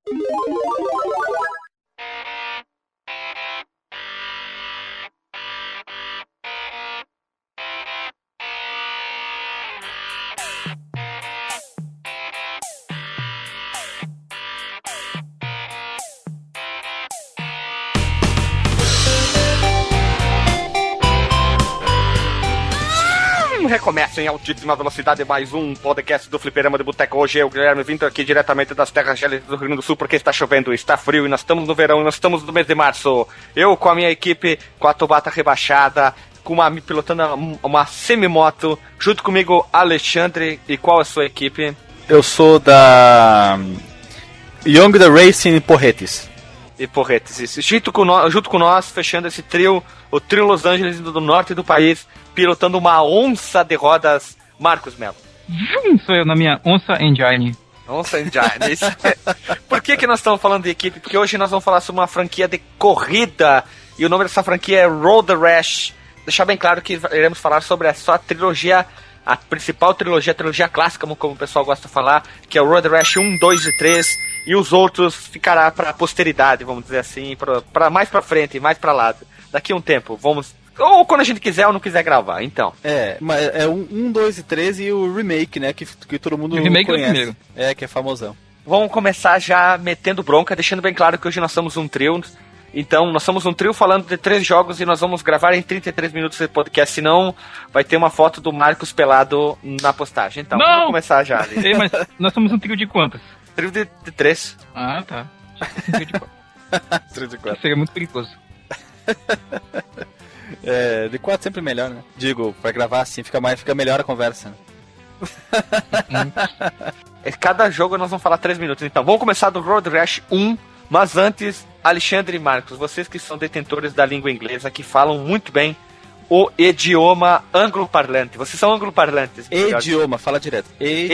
Recomeça em altíssima velocidade mais um podcast do Fliperama de Boteco. Hoje eu, Guilherme, vindo aqui diretamente das terras gélidas do Rio Grande do Sul, porque está chovendo, está frio e nós estamos no verão e nós estamos no mês de março. Eu com a minha equipe, com a Tobata rebaixada, pilotando uma semimoto, junto comigo Alexandre. E qual é a sua equipe? Eu sou da Young the Racing Porretes. E Porretes, isso. Junto com nós, fechando esse trio, o trio Los Angeles do norte do país, pilotando uma onça de rodas, Marcos Melo. Sou eu na minha Onça Engine. Onça Engine. Por que nós estamos falando de equipe? Porque hoje nós vamos falar sobre uma franquia de corrida, e o nome dessa franquia é Road Rash. Deixar bem claro que iremos falar sobre a sua trilogia, a principal trilogia, a trilogia clássica, como o pessoal gosta de falar, que é o Road Rash 1, 2 e 3, e os outros ficará para a posteridade, vamos dizer assim, para mais para frente, mais para lá. Daqui a um tempo, ou quando a gente quiser ou não quiser gravar, então. Mas é 1, 2 e 3 e o remake, né, que todo mundo remake conhece. É o primeiro. É, que é famosão. Vamos começar já metendo bronca, deixando bem claro que hoje nós somos um trio. Então, nós somos um trio falando de 3 jogos e nós vamos gravar em 33 minutos de podcast, senão vai ter uma foto do Marcos pelado na postagem. Então, não! Vamos começar já. Ali. Ei, mas nós somos um trio de quantas? Trio de 3. Ah, tá. Um trio de 4. Trio de 4. Seria muito perigoso. De 4 sempre melhor, né? Digo, pra gravar assim, fica melhor a conversa. Cada jogo nós vamos falar 3 minutos. Então, vamos começar do Road Rash 1. Mas antes, Alexandre e Marcos, vocês que são detentores da língua inglesa, que falam muito bem o idioma anglo-parlante. Vocês são anglo-parlantes. Idioma, fala direto.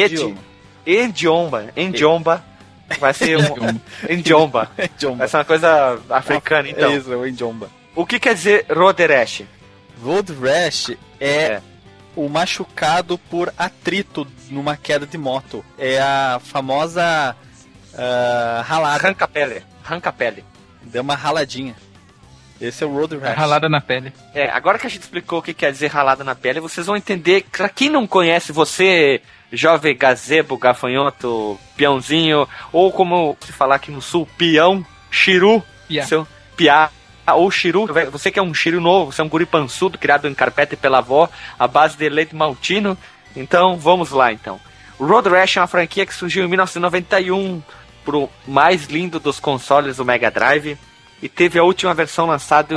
Endiomba. Vai ser Endiomba. Vai ser uma coisa africana, então. É isso, o Endiomba. O que quer dizer Road Rash? Road Rash é o machucado por atrito numa queda de moto. É a famosa ralada. Arranca-pele. Deu uma raladinha. Esse é o Road Rash. Ralada na pele. Agora que a gente explicou o que quer dizer ralada na pele, vocês vão entender. Pra quem não conhece, você, jovem gazebo, gafanhoto, peãozinho, ou como se falar aqui no sul, peão, chiru, seu piá, ou chiru, você que é um chiru novo, você é um guri pançudo, criado em carpete pela avó, à base de leite maltino. Então, vamos lá, então. O Road Rash é uma franquia que surgiu em 1991 pro mais lindo dos consoles do Mega Drive e teve a última versão lançada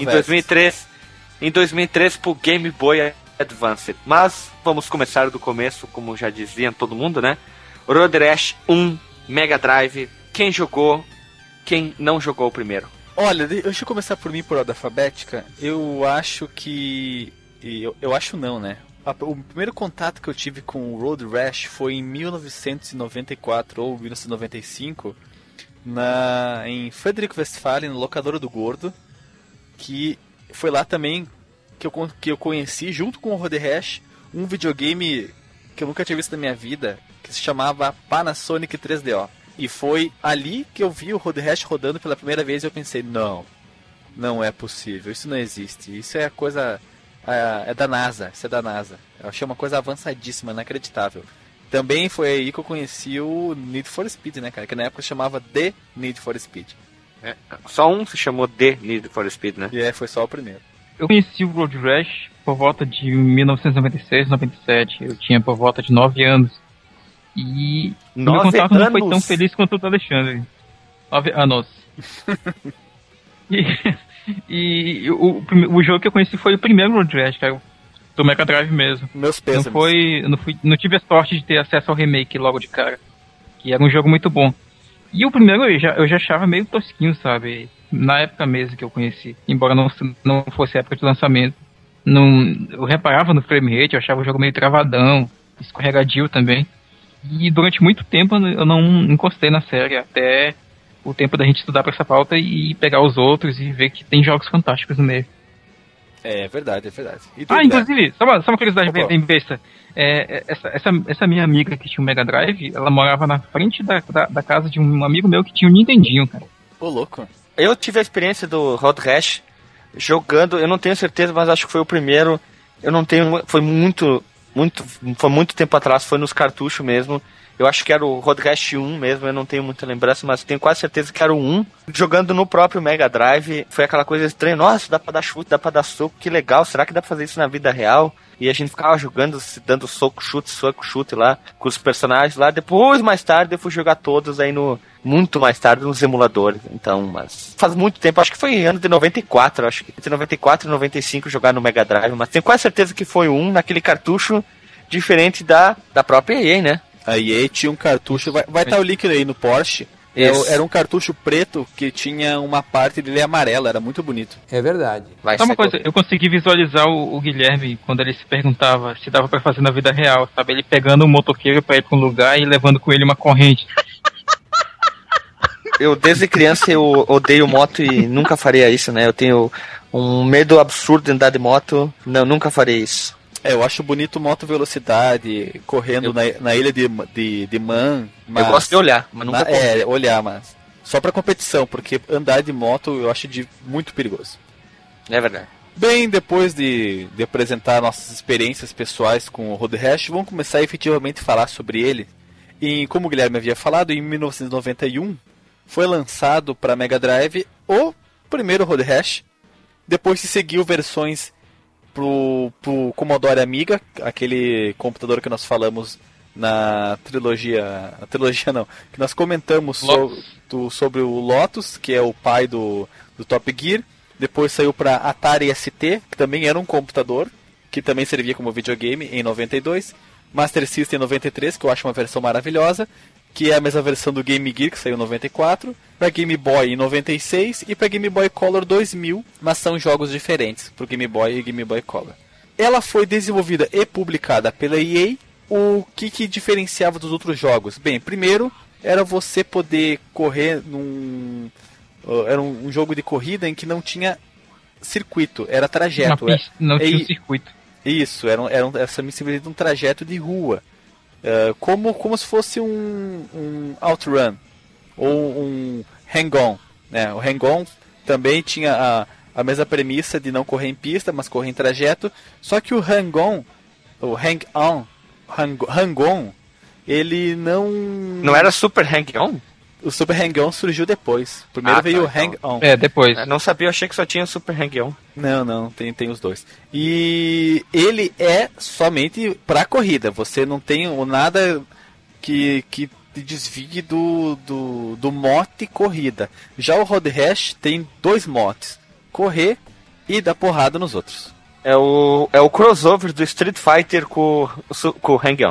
em 2003 pro Game Boy Advance. Mas vamos começar do começo, como já dizia todo mundo, né? Road Rash 1, Mega Drive. Quem jogou, quem não jogou primeiro? Olha, deixa eu começar por mim, por ordem alfabética. Eu acho que... Eu acho não, né? O primeiro contato que eu tive com o Road Rash foi em 1994 ou 1995, em Frederico Westphalen, no Locadora do Gordo, que foi lá também que eu conheci, junto com o Road Rash, um videogame que eu nunca tinha visto na minha vida, que se chamava Panasonic 3DO. E foi ali que eu vi o Road Rash rodando pela primeira vez e eu pensei, não é possível, isso não existe, isso é coisa... É da NASA, isso é da NASA. Eu achei uma coisa avançadíssima, inacreditável. Também foi aí que eu conheci o Need for Speed, né, cara? Que na época se chamava The Need for Speed. Só um se chamou The Need for Speed, né? Foi só o primeiro. Eu conheci o Road Rash por volta de 1996, 97. Eu tinha por volta de 9 anos. E o meu contato não foi tão feliz quanto o do Alexandre. 9 anos. E o jogo que eu conheci foi o primeiro Road Rash, cara, do Mega Drive mesmo. Meus pêsames. Não tive a sorte de ter acesso ao remake logo de cara, que era um jogo muito bom. E o primeiro eu já achava meio tosquinho, sabe? Na época mesmo que eu conheci, embora não fosse a época de lançamento. Eu reparava no frame rate, eu achava o jogo meio travadão, escorregadio também. E durante muito tempo eu não encostei na série, até o tempo da gente estudar pra essa pauta e pegar os outros e ver que tem jogos fantásticos no meio. É verdade, é verdade. Inclusive, só uma curiosidade Opa. bem besta. Essa minha amiga que tinha um Mega Drive, ela morava na frente da casa de um amigo meu que tinha um Nintendinho, cara. Ô, louco. Eu tive a experiência do Road Rash jogando, eu não tenho certeza, mas acho que foi o primeiro. Eu não tenho, foi muito tempo atrás, foi nos cartuchos mesmo. Eu acho que era o Road Rash 1 mesmo, eu não tenho muita lembrança, mas tenho quase certeza que era o 1. Jogando no próprio Mega Drive, foi aquela coisa estranha. Nossa, dá pra dar chute, dá pra dar soco, que legal. Será que dá pra fazer isso na vida real? E a gente ficava jogando, dando soco, chute lá, com os personagens lá. Depois, mais tarde, eu fui jogar todos aí muito mais tarde nos emuladores. Então, mas faz muito tempo, acho que foi ano de 94, acho que entre 94 e 95 jogar no Mega Drive, mas tenho quase certeza que foi um naquele cartucho diferente da própria EA, né? A EA tinha um cartucho, vai estar o link aí no Porsche. Era um cartucho preto que tinha uma parte dele amarela, era muito bonito. É verdade. Só uma coisa, eu consegui visualizar o Guilherme quando ele se perguntava se dava pra fazer na vida real, sabe? Ele pegando um motoqueiro pra ir pra um lugar e levando com ele uma corrente. Eu desde criança eu odeio moto e nunca faria isso, né? Eu tenho um medo absurdo de andar de moto, não, nunca farei isso. Eu acho bonito moto velocidade, correndo na ilha de Man. Mas eu gosto de olhar, mas nunca olhar, mas só pra competição, porque andar de moto eu acho muito perigoso. É verdade. Bem, depois de apresentar nossas experiências pessoais com o Road Rash, vamos começar a efetivamente falar sobre ele. E como o Guilherme havia falado, em 1991 foi lançado para Mega Drive o primeiro Road Rash. Depois se seguiu versões pro Commodore Amiga, aquele computador que nós falamos na trilogia não, que nós comentamos sobre o Lotus, que é o pai do Top Gear. Depois saiu para Atari ST, que também era um computador, que também servia como videogame em 92. Master System em 93, que eu acho uma versão maravilhosa, que é a mesma versão do Game Gear, que saiu em 94, para Game Boy em 96 e para Game Boy Color 2000, mas são jogos diferentes para o Game Boy e Game Boy Color. Ela foi desenvolvida e publicada pela EA. O que diferenciava dos outros jogos? Bem, primeiro era você poder correr era um jogo de corrida em que não tinha circuito, era trajeto. Não tinha circuito. Isso, era simplesmente um trajeto de rua. Como se fosse um outrun ou um hang-on, né? O hang-on também tinha a mesma premissa de não correr em pista, mas correr em trajeto. Só que o hang-on, ele não era Super Hang-On? O Super Hang-On surgiu depois. Primeiro veio o Hang-On. Depois. Não sabia, eu achei que só tinha Super Hang-On. Não, tem os dois. E ele é somente pra corrida. Você não tem nada que te desvie do mote corrida. Já o Road Rash tem dois motes: correr e dar porrada nos outros. É o crossover do Street Fighter com o Hang-On.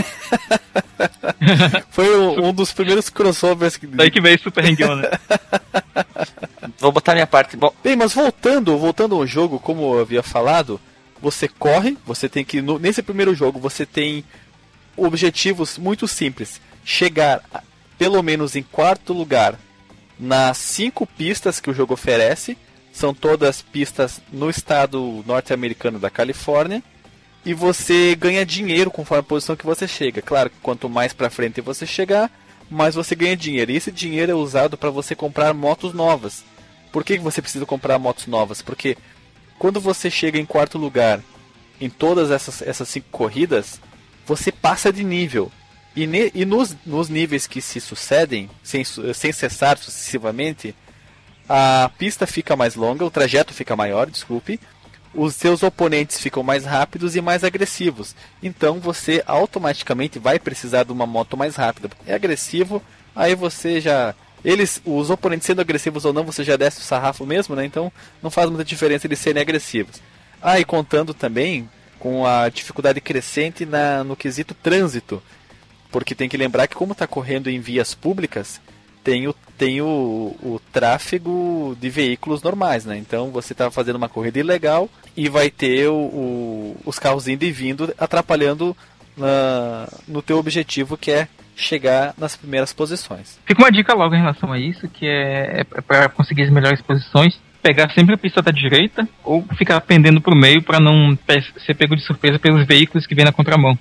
Foi um dos primeiros crossovers. Daí que veio Super Hang-On, né? Vou botar minha parte. Bom. Bem, mas voltando ao jogo, como eu havia falado, você corre, você tem que... Nesse primeiro jogo, você tem objetivos muito simples. Chegar, pelo menos em quarto lugar, nas 5 pistas que o jogo oferece. São todas pistas no estado norte-americano da Califórnia. E você ganha dinheiro conforme a posição que você chega. Claro, quanto mais pra frente você chegar, mais você ganha dinheiro. E esse dinheiro é usado para você comprar motos novas. Por que você precisa comprar motos novas? Porque quando você chega em quarto lugar em todas essas 5 corridas, você passa de nível. E nos níveis que se sucedem, sem cessar sucessivamente, a pista fica mais longa, o trajeto fica maior, desculpe. Os seus oponentes ficam mais rápidos e mais agressivos. Então você automaticamente vai precisar de uma moto mais rápida. É agressivo, aí você já... os oponentes sendo agressivos ou não, você já desce o sarrafo mesmo, né? Então não faz muita diferença eles serem agressivos. E contando também com a dificuldade crescente no quesito trânsito. Porque tem que lembrar que como está correndo em vias públicas, tem o tráfego de veículos normais, né? Então você está fazendo uma corrida ilegal e vai ter os carros indo e vindo atrapalhando no teu objetivo, que é chegar nas primeiras posições. Fica uma dica logo em relação a isso, que é para conseguir as melhores posições, pegar sempre a pista da direita ou ficar pendendo pro meio para não ser pego de surpresa pelos veículos que vêm na contramão.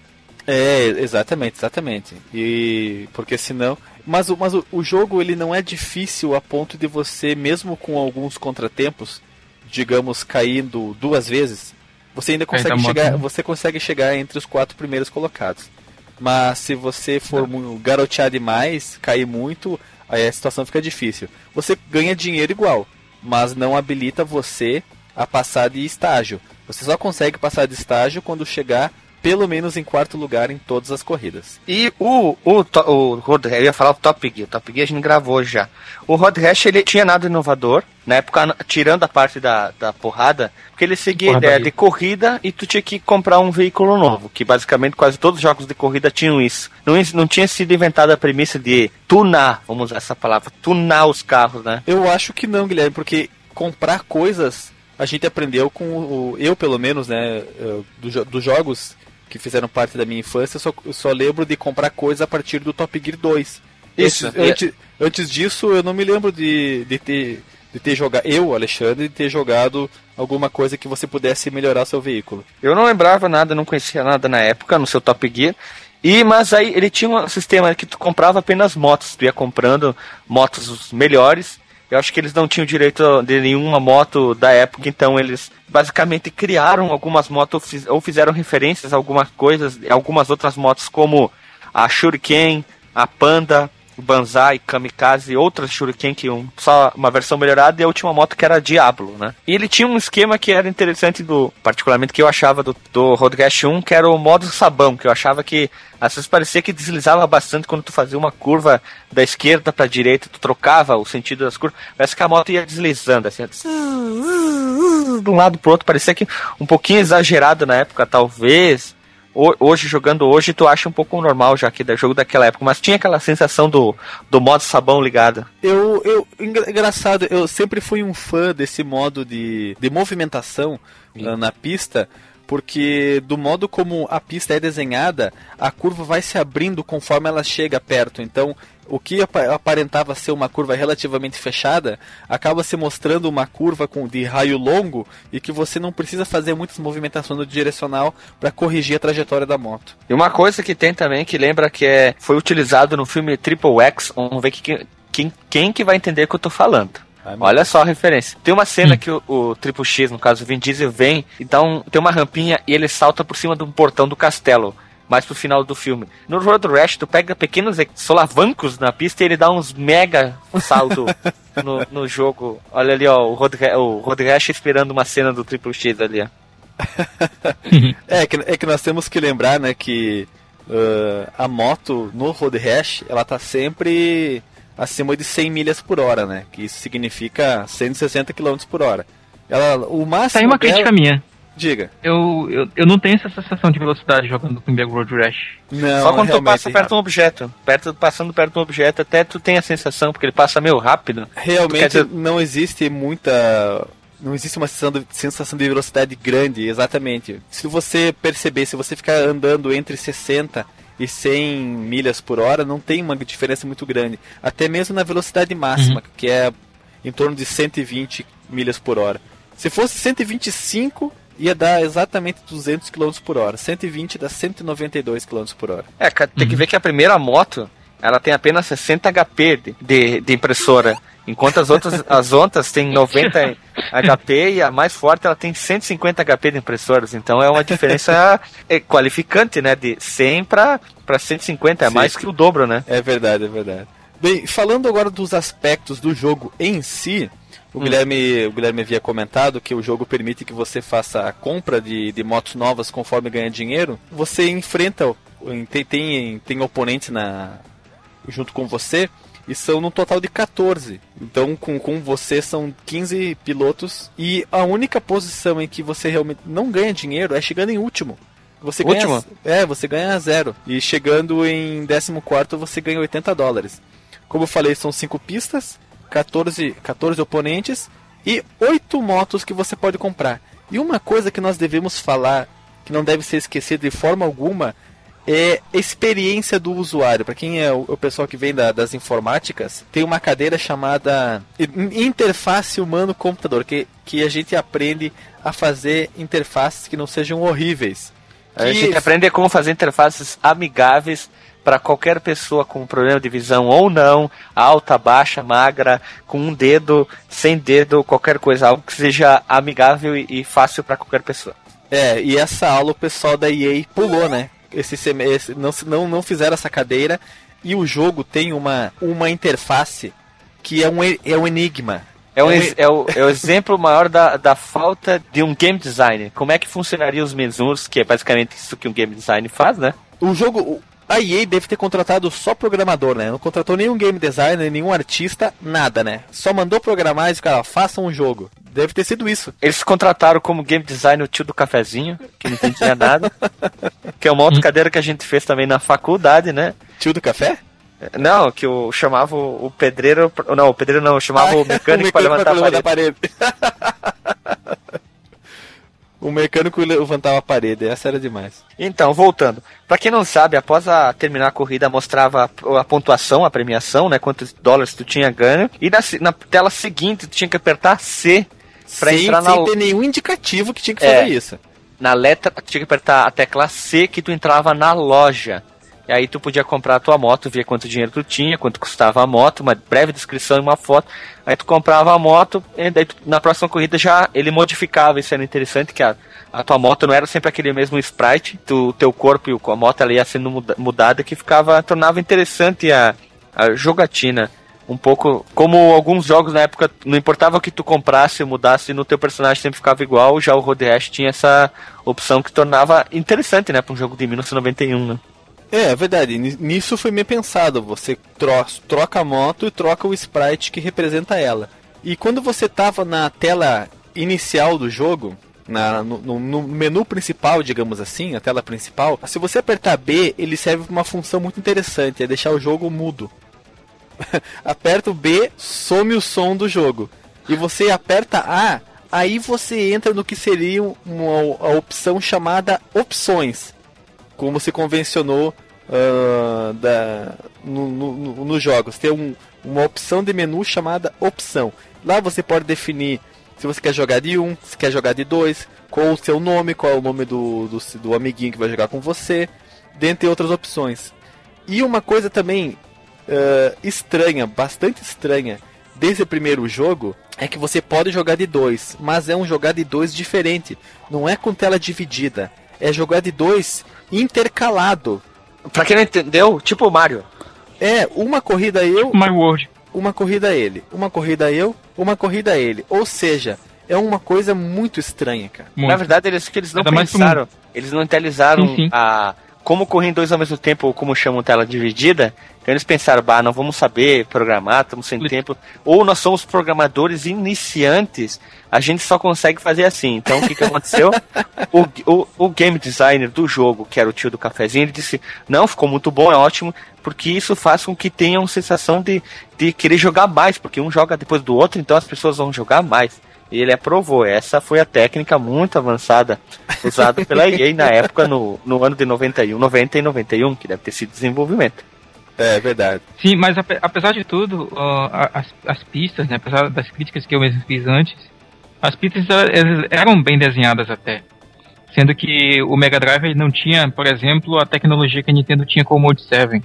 Exatamente. E porque senão... Mas o jogo ele não é difícil a ponto de você, mesmo com alguns contratempos, digamos, caindo 2 vezes, você ainda consegue chegar, você consegue chegar entre os 4 primeiros colocados. Mas se você for garotear demais, cair muito, aí a situação fica difícil. Você ganha dinheiro igual, mas não habilita você a passar de estágio. Você só consegue passar de estágio quando chegar pelo menos em 4º lugar em todas as corridas. E eu ia falar o Top Gear. O Top Gear a gente gravou já. O Road Rash, ele tinha nada inovador. Na época, tirando a parte da porrada, porque ele seguia a ideia de corrida e tu tinha que comprar um veículo novo, que basicamente quase todos os jogos de corrida tinham isso. Não tinha sido inventada a premissa de tunar, vamos usar essa palavra, tunar os carros, né? Eu acho que não, Guilherme, porque comprar coisas a gente aprendeu com eu pelo menos, né, dos jogos que fizeram parte da minha infância, eu só lembro de comprar coisas a partir do Top Gear 2. Isso. Antes disso, eu não me lembro de ter jogado, Alexandre, de ter jogado alguma coisa que você pudesse melhorar seu veículo. Eu não lembrava nada, não conhecia nada na época, no seu Top Gear. Mas aí ele tinha um sistema que tu comprava apenas motos, tu ia comprando motos melhores. Eu acho que eles não tinham direito de nenhuma moto da época, então eles basicamente criaram algumas motos ou fizeram referências a algumas coisas, algumas outras motos como a Shuriken, a Panda, o Banzai, Kamikaze e outras Shuriken, que só uma versão melhorada, e a última moto que era a Diablo, né? E ele tinha um esquema que era interessante, particularmente que eu achava do Road Rash 1, que era o modo sabão, que eu achava que às vezes parecia que deslizava bastante quando tu fazia uma curva da esquerda pra direita, tu trocava o sentido das curvas, parece que a moto ia deslizando, assim, de um lado pro outro, parecia que um pouquinho exagerado na época, talvez. Jogando hoje, tu acha um pouco normal já que é jogo daquela época, mas tinha aquela sensação do modo sabão ligado. Engraçado, eu sempre fui um fã desse modo de movimentação na pista, porque do modo como a pista é desenhada, a curva vai se abrindo conforme ela chega perto, então o que aparentava ser uma curva relativamente fechada, acaba se mostrando uma curva de raio longo e que você não precisa fazer muitas movimentações no direcional para corrigir a trajetória da moto. E uma coisa que tem também, que lembra que foi utilizado no filme Triple X, vamos ver quem que vai entender o que eu tô falando. Olha só a referência. Tem uma cena que o Triple X, no caso o Vin Diesel, vem, então tem uma rampinha e ele salta por cima de um portão do castelo. Mais pro final do filme. No Road Rash, tu pega pequenos solavancos na pista e ele dá uns mega salto no jogo. Olha ali, ó, o Road Rash esperando uma cena do Triple X ali, ó. É que nós temos que lembrar, né, que a moto no Road Rash, ela tá sempre acima de 100 milhas por hora, né? Que isso significa 160 km por hora. O máximo tá aí uma crítica minha. Diga. Eu não tenho essa sensação de velocidade jogando o primeiro Road Rash. Não, só quando tu passa perto de um objeto. Passando perto de um objeto, até tu tem a sensação, porque ele passa meio rápido. Realmente não existe uma sensação de velocidade grande, exatamente. Se você perceber, se você ficar andando entre 60 e 100 milhas por hora, não tem uma diferença muito grande. Até mesmo na velocidade máxima, que é em torno de 120 milhas por hora. Se fosse 125... ia dar exatamente 200 km por hora. 120 dá 192 km por hora. Tem que ver que a primeira moto, ela tem apenas 60 HP de impressora. Enquanto as outras tem 90 HP e a mais forte ela tem 150 HP de impressoras. Então é uma diferença qualificante, né? De 100 para 150, é mais que o dobro, né? É verdade. Bem, falando agora dos aspectos do jogo em si, o Guilherme havia comentado que o jogo permite que você faça a compra de motos novas conforme ganha dinheiro. Você enfrenta, tem oponentes junto com você, e são no total de 14. Então com você são 15 pilotos, e a única posição em que você realmente não ganha dinheiro é chegando em último. Você ganha 0. E chegando em 14º você ganha $80. Como eu falei, são 5 pistas, 14 oponentes e 8 motos que você pode comprar. E uma coisa que nós devemos falar, que não deve ser esquecida de forma alguma, é experiência do usuário. Para quem é o pessoal que vem das informáticas, tem uma cadeira chamada interface humano-computador, que a gente aprende a fazer interfaces que não sejam horríveis. A gente aprende como fazer interfaces amigáveis para qualquer pessoa com problema de visão ou não, alta, baixa, magra, com um dedo, sem dedo, qualquer coisa, algo que seja amigável e fácil para qualquer pessoa. E essa aula o pessoal da EA pulou, né? Não fizeram essa cadeira, e o jogo tem uma interface que é um enigma. É o exemplo maior da falta de um game design. Como é que funcionaria os menus, que é basicamente isso que um game design faz, né? O jogo... A EA deve ter contratado só programador, né? Não contratou nenhum game designer, nenhum artista, nada, né? Só mandou programar e os caras, façam um jogo. Deve ter sido isso. Eles contrataram como game designer o tio do cafezinho, que não entendia nada. Que é uma outra cadeira que a gente fez também na faculdade, né? Tio do café? Não, que eu chamava o pedreiro... Não, o pedreiro não, eu chamava o mecânico para levantar a parede. O mecânico levantava a parede, essa era demais. Então, voltando. Pra quem não sabe, após terminar a corrida, mostrava a pontuação, a premiação, né? Quantos dólares tu tinha ganho. E na tela seguinte, tu tinha que apertar C pra entrar sem ter nenhum indicativo que tinha que fazer isso. Na letra, tu tinha que apertar a tecla C que tu entrava na loja. E aí tu podia comprar a tua moto, ver quanto dinheiro tu tinha, quanto custava a moto, uma breve descrição e uma foto. Aí tu comprava a moto, e daí na próxima corrida já ele modificava. Isso era interessante, que a tua moto não era sempre aquele mesmo sprite, teu corpo e a moto ela ia sendo mudada, que tornava interessante a jogatina. Um pouco como alguns jogos na época, não importava o que tu comprasse ou mudasse, no teu personagem sempre ficava igual. Já o Road Rash tinha essa opção que tornava interessante, né, para um jogo de 1991, né? É verdade, nisso foi meio pensado. Você troca a moto e troca o sprite que representa ela. E quando você tava na tela inicial do jogo, no menu principal, digamos assim, a tela principal, se você apertar B, ele serve para uma função muito interessante, é deixar o jogo mudo. Aperta o B, some o som do jogo. E você aperta A, aí você entra no que seria a opção chamada opções, como se convencionou nos jogos. Tem uma opção de menu chamada opção. Lá você pode definir se você quer jogar de 1, se quer jogar de 2, qual o seu nome, qual é o nome do amiguinho que vai jogar com você, dentre outras opções. E uma coisa também estranha, bastante estranha, desde o primeiro jogo, é que você pode jogar de 2, mas é um jogar de 2 diferente. Não é com tela dividida, é jogar de 2 intercalado. Pra quem não entendeu, tipo o Mario. É, uma corrida eu, My World. Uma corrida ele, uma corrida eu, uma corrida ele. Ou seja, é uma coisa muito estranha, cara. Muito. Na verdade, eles não pensaram, eles não utilizaram sim. como correr em 2 ao mesmo tempo, ou como chamam tela dividida. Então eles pensaram, não vamos saber programar, estamos sem tempo. Ou nós somos programadores iniciantes, a gente só consegue fazer assim. Então o que aconteceu? o game designer do jogo, que era o tio do cafezinho, ele disse, não, ficou muito bom, é ótimo, porque isso faz com que tenham sensação de querer jogar mais, porque um joga depois do outro, então as pessoas vão jogar mais. E ele aprovou. Essa foi a técnica muito avançada usada pela EA na época, no ano de 90 e 91, que deve ter sido desenvolvimento. É verdade. Sim, mas apesar de tudo, as pistas, né, apesar das críticas que eu mesmo fiz antes, as pistas eram bem desenhadas até. Sendo que o Mega Drive não tinha, por exemplo, a tecnologia que a Nintendo tinha com o Mode 7.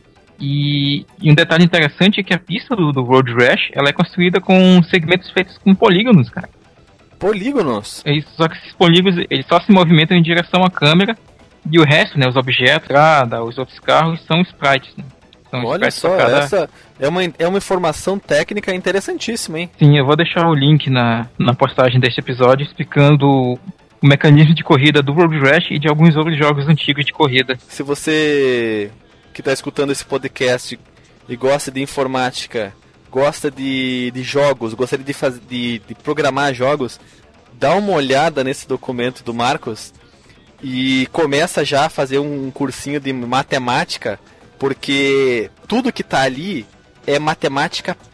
E um detalhe interessante é que a pista do Road Rash, ela é construída com segmentos feitos com polígonos, cara. Polígonos? Só que esses polígonos, eles só se movimentam em direção à câmera, e o resto, né, os objetos, os outros carros, são sprites, né? Olha só, essa é uma informação técnica interessantíssima, hein? Sim, eu vou deixar o link na postagem deste episódio explicando o mecanismo de corrida do Road Rash e de alguns outros jogos antigos de corrida. Se você que está escutando esse podcast e gosta de informática, gosta de jogos, gostaria de programar jogos, dá uma olhada nesse documento do Marcos e começa já a fazer um cursinho de matemática, porque tudo que está ali é matemática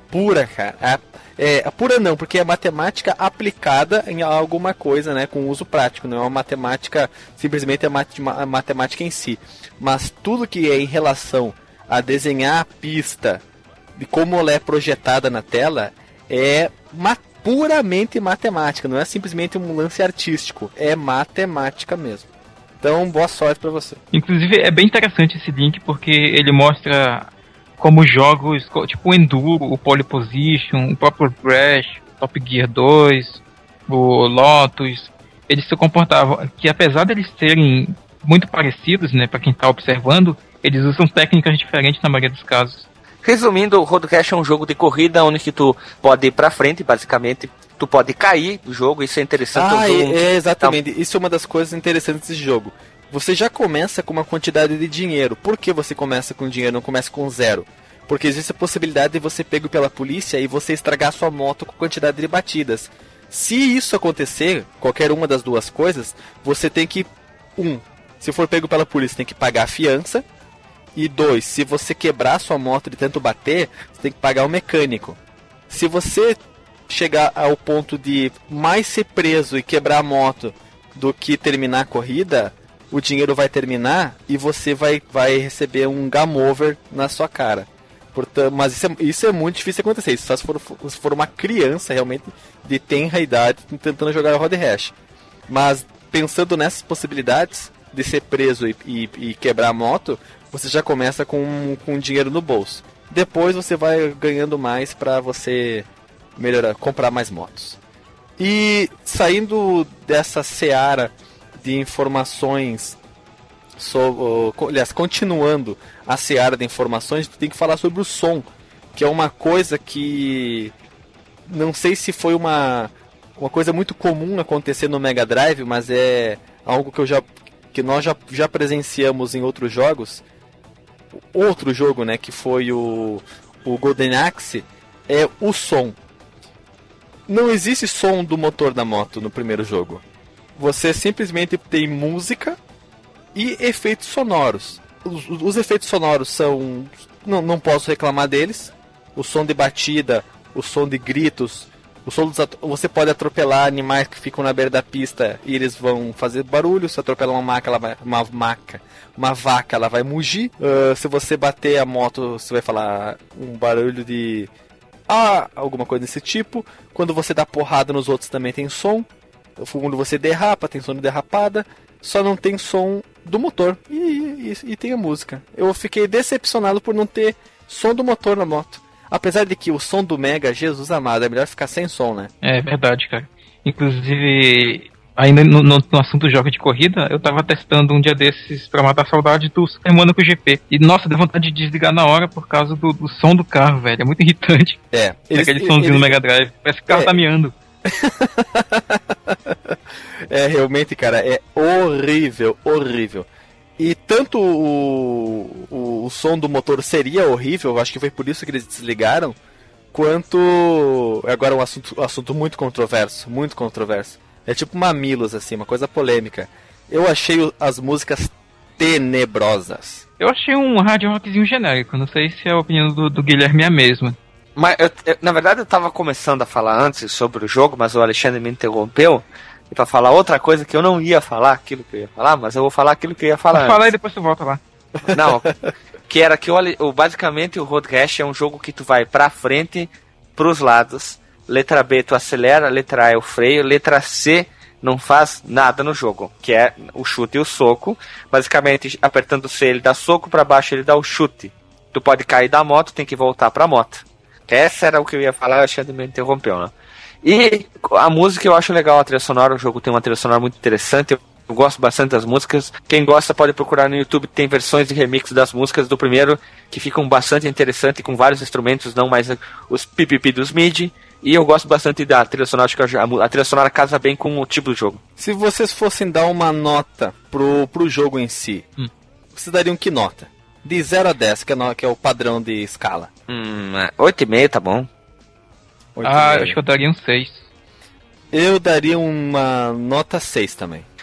pura, cara. A pura não, porque é matemática aplicada em alguma coisa, né, com uso prático. Não é uma matemática, simplesmente a matemática em si. Mas tudo que é em relação a desenhar a pista, de como ela é projetada na tela, é puramente matemática. Não é simplesmente um lance artístico. É matemática mesmo. Então, boa sorte pra você. Inclusive, é bem interessante esse link, porque ele mostra como jogos, tipo o Enduro, o Pole Position, o próprio Crash, Top Gear 2, o Lotus, eles se comportavam, que apesar de eles serem muito parecidos, né, pra quem tá observando, eles usam técnicas diferentes na maioria dos casos. Resumindo, o Road Rash é um jogo de corrida onde tu pode ir pra frente, basicamente, tu pode cair do jogo, isso é interessante. Exatamente, isso é uma das coisas interessantes desse jogo. Você já começa com uma quantidade de dinheiro. Por que você começa com dinheiro, não começa com zero? Porque existe a possibilidade de você pego pela polícia e você estragar sua moto com quantidade de batidas. Se isso acontecer, qualquer uma das duas coisas, você tem que... se for pego pela polícia, tem que pagar a fiança. E 2, se você quebrar sua moto de tanto bater, você tem que pagar o mecânico. Se você chegar ao ponto de mais ser preso e quebrar a moto do que terminar a corrida, o dinheiro vai terminar e você vai receber um game over na sua cara. Portanto, mas isso é muito difícil de acontecer. Isso só se for uma criança realmente de tenra idade tentando jogar Road Rash. Mas pensando nessas possibilidades de ser preso e quebrar a moto, você já começa com dinheiro no bolso. Depois você vai ganhando mais para você melhorar, comprar mais motos. E saindo dessa seara de informações aliás, continuando a seara de informações, tem que falar sobre o som, que é uma coisa que não sei se foi uma coisa muito comum acontecer no Mega Drive, mas é algo que nós já presenciamos em outros jogos. Outro jogo, né, que foi o Golden Axe, é o som. Não existe som do motor da moto no primeiro jogo. Você simplesmente tem música e efeitos sonoros. Os efeitos sonoros são... Não posso reclamar deles. O som de batida, o som de gritos, você pode atropelar animais que ficam na beira da pista e eles vão fazer barulho. Se atropelar uma vaca, ela vai mugir. Se você bater a moto, você vai falar um barulho de... alguma coisa desse tipo. Quando você dá porrada nos outros também tem som. Quando você derrapa, tem som de derrapada. Só não tem som do motor. E tem a música. Eu fiquei decepcionado por não ter som do motor na moto. Apesar de que o som do Mega, Jesus amado, é melhor ficar sem som, né? É verdade, cara. Inclusive, ainda no assunto jogo de corrida, eu tava testando um dia desses pra matar a saudade do Super Monaco GP. E, nossa, deu vontade de desligar na hora por causa do som do carro, velho. É muito irritante. Aquele somzinho no Mega Drive. Parece que o carro tá miando. Realmente, cara, é horrível, horrível. E tanto o som do motor seria horrível, acho que foi por isso que eles desligaram, quanto... Agora um assunto muito controverso, muito controverso. É tipo Mamilos, assim, uma coisa polêmica. Eu achei as músicas tenebrosas. Eu achei um hard rockzinho genérico, não sei se a opinião do Guilherme é a mesma. Mas, na verdade, eu tava começando a falar antes sobre o jogo, mas o Alexandre me interrompeu. E pra falar outra coisa que eu não ia falar aquilo que eu ia falar, mas eu vou falar aquilo que eu ia falar antes. Fala e depois tu volta lá. Não, que era que basicamente o Road Rash é um jogo que tu vai pra frente, pros lados. Letra B tu acelera, letra A é o freio, letra C não faz nada no jogo, que é o chute e o soco. Basicamente, apertando o C ele dá soco, pra baixo ele dá o chute. Tu pode cair da moto, tem que voltar pra moto. Essa era o que eu ia falar, o Alexandre me interrompeu, né? E a música eu acho legal, a trilha sonora, o jogo tem uma trilha sonora muito interessante, eu gosto bastante das músicas. Quem gosta pode procurar no YouTube, tem versões de remix das músicas do primeiro, que ficam bastante interessantes, com vários instrumentos, não mais os pipipi dos MIDI. E eu gosto bastante da trilha sonora, acho que a trilha sonora casa bem com o tipo do jogo. Se vocês fossem dar uma nota pro jogo em si, vocês dariam que nota? De 0 a 10, que é o padrão de escala. 8,5 tá bom. Acho que eu daria um 6. Eu daria uma nota 6 também.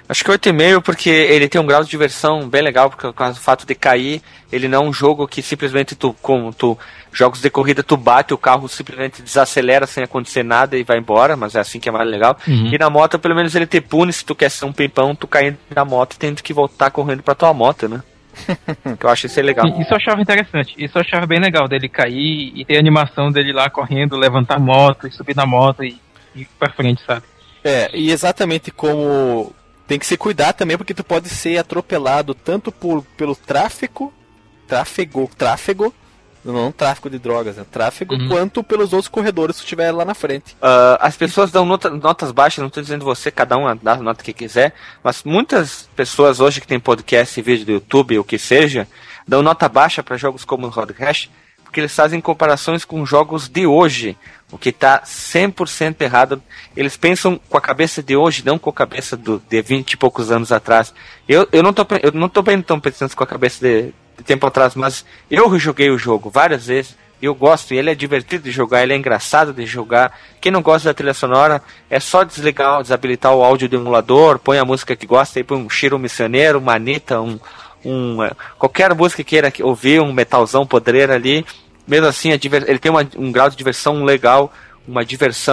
Acho que 8,5 porque ele tem um grau de diversão bem legal, porque com o fato de cair, ele não é um jogo que simplesmente jogos de corrida, tu bate, o carro simplesmente desacelera sem acontecer nada e vai embora, mas é assim que é mais legal. E na moto, pelo menos ele te pune se tu quer ser um pimpão, tu caindo da moto e tendo que voltar correndo pra tua moto, né? Que eu acho isso legal. Isso eu achava interessante, isso eu achava bem legal, dele cair e ter a animação dele lá correndo, levantar a moto e subir na moto e ir pra frente, sabe? E exatamente como tem que se cuidar também, porque tu pode ser atropelado tanto pelo tráfego, não tráfico de drogas, né? Tráfego, quanto pelos outros corredores que estiver lá na frente. As pessoas dão notas baixas, não estou dizendo você, cada um dá a nota que quiser, mas muitas pessoas hoje que tem podcast e vídeo do YouTube, o que seja, dão nota baixa para jogos como o Road Rash, porque eles fazem comparações com jogos de hoje, o que está 100% errado. Eles pensam com a cabeça de hoje, não com a cabeça de 20 e poucos anos atrás. Eu não tô bem tão pensando com a cabeça de tempo atrás, mas eu joguei o jogo várias vezes, eu gosto, e ele é divertido de jogar, ele é engraçado de jogar. Quem não gosta da trilha sonora, é só desabilitar o áudio do emulador, põe a música que gosta, aí põe um Shiro Missioneiro, uma Anitta, qualquer música que queira ouvir, um metalzão podreiro ali. Mesmo assim, ele tem um grau de diversão legal, uma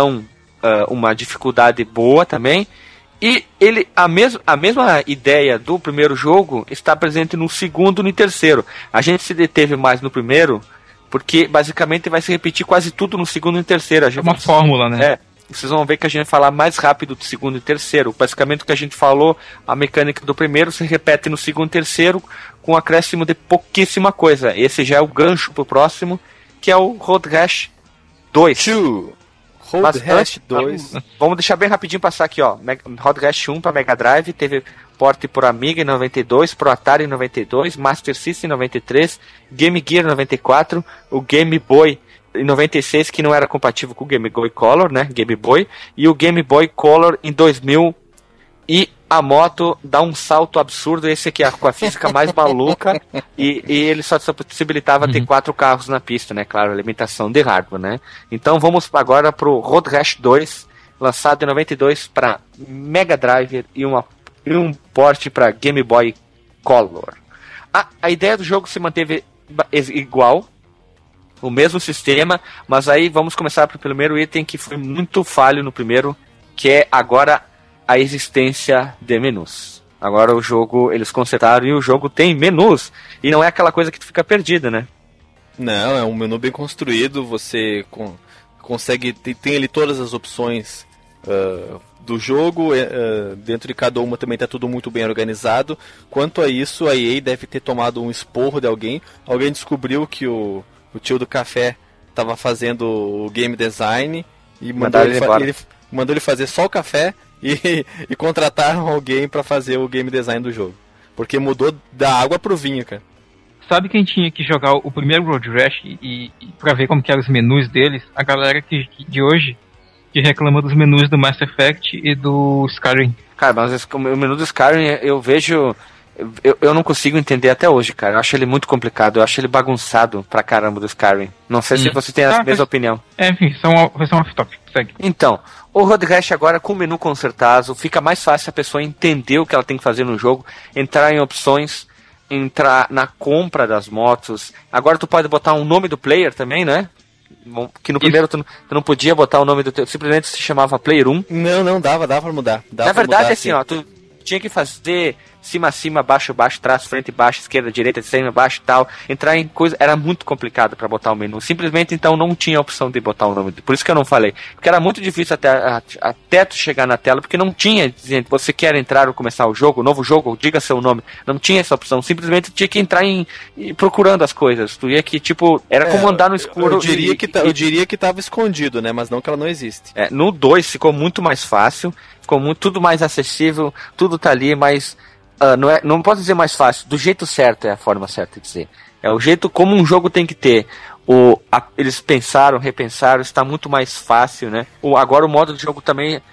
dificuldade boa também. E a mesma ideia do primeiro jogo está presente no segundo e no terceiro. A gente se deteve mais no primeiro, porque basicamente vai se repetir quase tudo no segundo e terceiro. É uma fórmula, né? Vocês vão ver que a gente vai falar mais rápido do segundo e terceiro. Basicamente o que a gente falou, a mecânica do primeiro se repete no segundo e terceiro, com um acréscimo de pouquíssima coisa. Esse já é o gancho pro próximo, que é o Road Rash 2. Road Rash 2. Vamos deixar bem rapidinho passar aqui, ó. Road Rash 1 para Mega Drive, teve porte por Amiga em 92, pro Atari em 92, Master System em 93, Game Gear em 94, o Game Boy em 96, que não era compatível com o Game Boy Color, né? Game Boy, e o Game Boy Color em 2000. E a moto dá um salto absurdo, esse aqui é com a física mais maluca, e ele só possibilitava ter 4 carros na pista, né? Claro, limitação de hardware, né? Então vamos agora pro Road Rash 2, lançado em 92 para Mega Drive e um port para Game Boy Color. A ideia do jogo se manteve igual, o mesmo sistema, mas aí vamos começar pelo primeiro item que foi muito falho no primeiro, que é agora a existência de menus. Agora o jogo, eles consertaram e o jogo tem menus. E não é aquela coisa que tu fica perdida, né? Não, é um menu bem construído, você consegue, tem ali todas as opções do jogo, dentro de cada uma também está tudo muito bem organizado. Quanto a isso, a EA deve ter tomado um esporro de alguém. Alguém descobriu que o tio do café estava fazendo o game design e mandou ele fazer só o café e contrataram alguém para fazer o game design do jogo. Porque mudou da água pro vinho, cara. Sabe quem tinha que jogar o primeiro Road Rash e pra ver como que eram os menus deles? A galera de hoje que reclama dos menus do Mass Effect e do Skyrim. Cara, mas o menu do Skyrim eu vejo... Eu não consigo entender até hoje, cara. Eu acho ele muito complicado. Eu acho ele bagunçado pra caramba do Skyrim. Não sei se você tem a mesma opinião. Enfim, vai ser um off-topic. Segue. Então, o Road Rash agora com o menu consertado, fica mais fácil a pessoa entender o que ela tem que fazer no jogo, entrar em opções, entrar na compra das motos. Agora tu pode botar um nome do player também, né? Que no primeiro tu não podia botar o nome do teu... Simplesmente se chamava Player 1. Não, dava pra mudar. Na verdade, assim, ó, tu tinha que fazer cima, baixo, trás, frente, baixo, esquerda, direita, cima, baixo e tal. Entrar em coisa... Era muito complicado pra botar o menu. Simplesmente, então, não tinha a opção de botar o nome. Por isso que eu não falei. Porque era muito difícil até tu chegar na tela, porque não tinha, dizendo, você quer entrar ou começar o jogo, novo jogo, diga seu nome. Não tinha essa opção. Simplesmente tinha que entrar procurando as coisas. Tu ia que, tipo, era como andar no escuro. Eu diria que tava escondido, né? Mas não que ela não existe. No 2 ficou muito mais fácil, ficou tudo mais acessível, tudo tá ali, mas... não posso dizer mais fácil, do jeito certo é a forma certa de dizer. É o jeito como um jogo tem que ter. Eles repensaram, está muito mais fácil, né? Agora o modo de jogo também,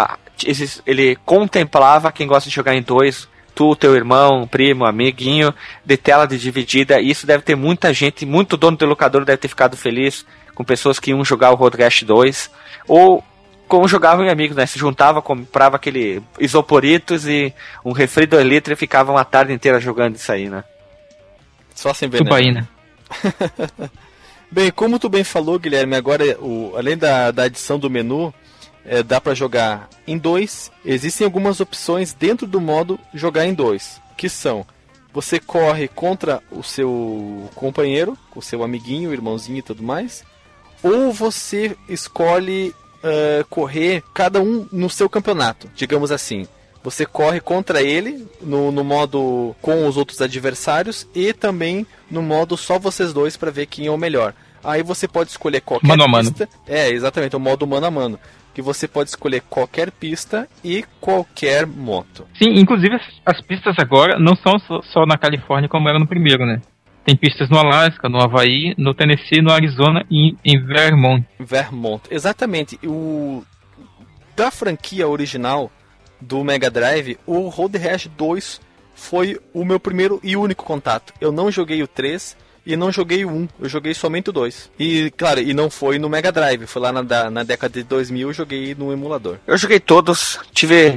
ele contemplava quem gosta de jogar em 2, tu, teu irmão, primo, amiguinho, de tela dividida, e isso deve ter muita gente, muito dono do locador deve ter ficado feliz com pessoas que iam jogar o Road Rash 2, ou como jogavam em amigos, né? Se juntava, comprava aquele isoporitos e um refri 2 litros e ficavam a tarde inteira jogando isso aí, né? Só sem veneno. Tubaína. Bem, como tu bem falou, Guilherme, agora além da adição do menu, dá pra jogar em 2. Existem algumas opções dentro do modo jogar em 2, que são: você corre contra o seu companheiro, o seu amiguinho, irmãozinho e tudo mais, ou você escolhe correr cada um no seu campeonato, digamos assim. Você corre contra ele no modo com os outros adversários e também no modo só vocês dois para ver quem é o melhor. Aí você pode escolher qualquer mano a mano. pista. Exatamente, o modo mano a mano. Que você pode escolher qualquer pista e qualquer moto. Sim, inclusive as pistas agora não são só na Califórnia como era no primeiro, né? Tem pistas no Alasca, no Havaí, no Tennessee, no Arizona e em Vermont. Vermont, exatamente. Da franquia original do Mega Drive, o Road Rash 2 foi o meu primeiro e único contato. Eu não joguei o 3 e não joguei o 1, eu joguei somente o 2. E, claro, e não foi no Mega Drive, foi lá na década de 2000, eu joguei no emulador. Eu joguei todos, tive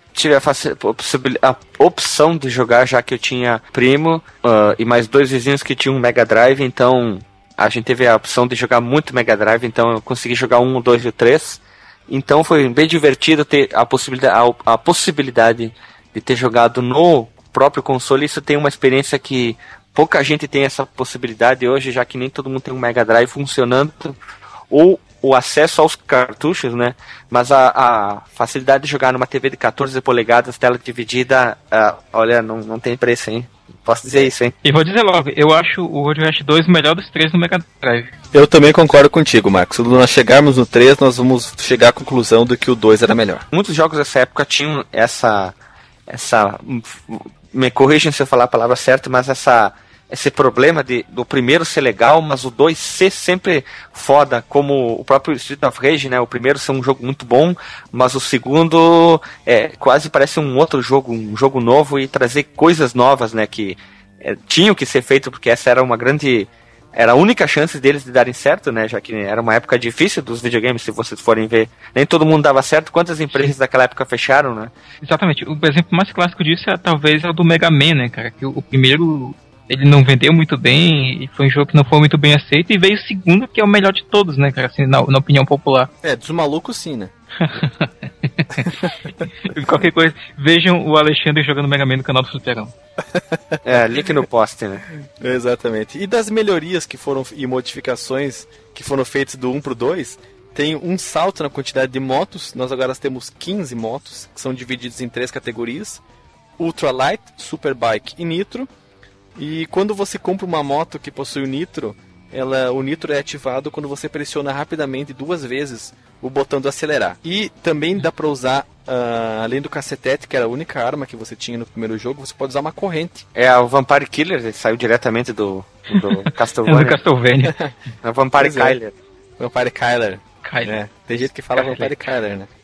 a opção de jogar, já que eu tinha primo e mais 2 vizinhos que tinham um Mega Drive, então a gente teve a opção de jogar muito Mega Drive, então eu consegui jogar o 1, o 2 e o 3. Então foi bem divertido ter a possibilidade de ter jogado no próprio console. Isso tem uma experiência que pouca gente tem essa possibilidade hoje, já que nem todo mundo tem um Mega Drive funcionando, ou o acesso aos cartuchos, né? Mas a facilidade de jogar numa TV de 14 polegadas, tela dividida, olha, não tem preço, hein? Posso dizer isso, hein? E vou dizer logo, eu acho o Road Rash 2 o melhor dos 3 no Mega Drive. Eu também concordo contigo, Marcos. Quando nós chegarmos no 3, nós vamos chegar à conclusão de que o 2 era melhor. Muitos jogos dessa época tinham essa me corrijam se eu falar a palavra certa, mas esse problema do primeiro ser legal, mas o 2 ser sempre foda, como o próprio Street of Rage, né? O primeiro ser um jogo muito bom, mas o segundo quase parece um outro jogo, um jogo novo, e trazer coisas novas, né? Que tinham que ser feito, porque essa era a única chance deles de darem certo, né? Já que era uma época difícil dos videogames, se vocês forem ver. Nem todo mundo dava certo. Quantas empresas daquela época fecharam, né? Exatamente. O exemplo mais clássico disso talvez é o do Mega Man, né, cara? Que o primeiro ele não vendeu muito bem e foi um jogo que não foi muito bem aceito, e veio o segundo, que é o melhor de todos, né, cara? Assim, na opinião popular. Dos malucos sim, né? Qualquer coisa, vejam o Alexandre jogando Mega Man no canal do Fliperão. Link no post, né? Exatamente. E das melhorias e modificações que foram feitas do 1 pro 2, tem um salto na quantidade de motos. Nós agora temos 15 motos, que são divididas em 3 categorias: Ultralight, Superbike e Nitro. E quando você compra uma moto que possui o Nitro, o Nitro é ativado quando você pressiona rapidamente 2 vezes o botão de acelerar. E também dá para usar, além do cacetete, que era a única arma que você tinha no primeiro jogo, você pode usar uma corrente. O Vampire Killer, ele saiu diretamente do Castlevania. É do Castlevania. É o Vampire Kyler. Vampire Kyler. Kyler. Tem gente que fala Vampire Kyler, né?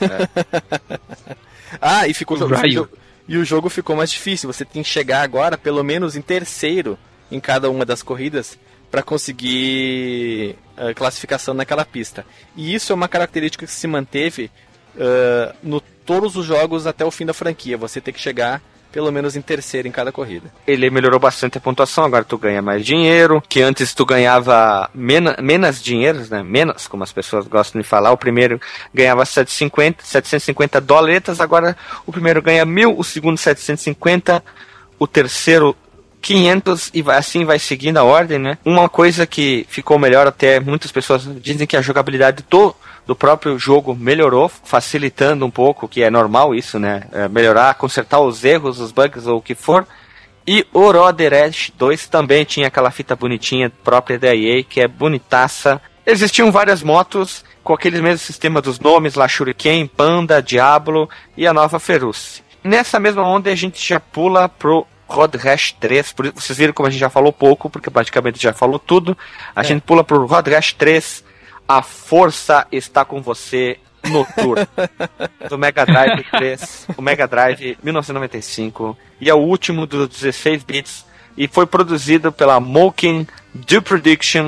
E ficou... E o jogo ficou mais difícil. Você tem que chegar agora, pelo menos em terceiro, em cada uma das corridas, para conseguir classificação naquela pista. E isso é uma característica que se manteve no todos os jogos até o fim da franquia. Você tem que chegar pelo menos em terceiro em cada corrida. Ele melhorou bastante a pontuação, agora tu ganha mais dinheiro, que antes tu ganhava menos dinheiro, né? Menos, como as pessoas gostam de falar. O primeiro ganhava 750 doletas, agora o primeiro ganha 1.000, o segundo 750, o terceiro 500, e assim vai seguindo a ordem, né? Uma coisa que ficou melhor, até muitas pessoas dizem que a jogabilidade do próprio jogo melhorou, facilitando um pouco, que é normal isso, né? Melhorar, consertar os erros, os bugs ou o que for. E o Road Rash 2 também tinha aquela fita bonitinha própria da EA, que é bonitaça. Existiam várias motos com aquele mesmo sistema dos nomes, lá Shuriken, Panda, Diablo e a nova Ferus. Nessa mesma onda a gente já pula pro Road Rash 3, vocês viram como a gente já falou pouco, porque praticamente já falou tudo. A gente pula pro Road Rash 3, A Força Está Com Você no Tour, do Mega Drive 3, o Mega Drive 1995, e é o último dos 16 bits, e foi produzido pela Moken Do Productions,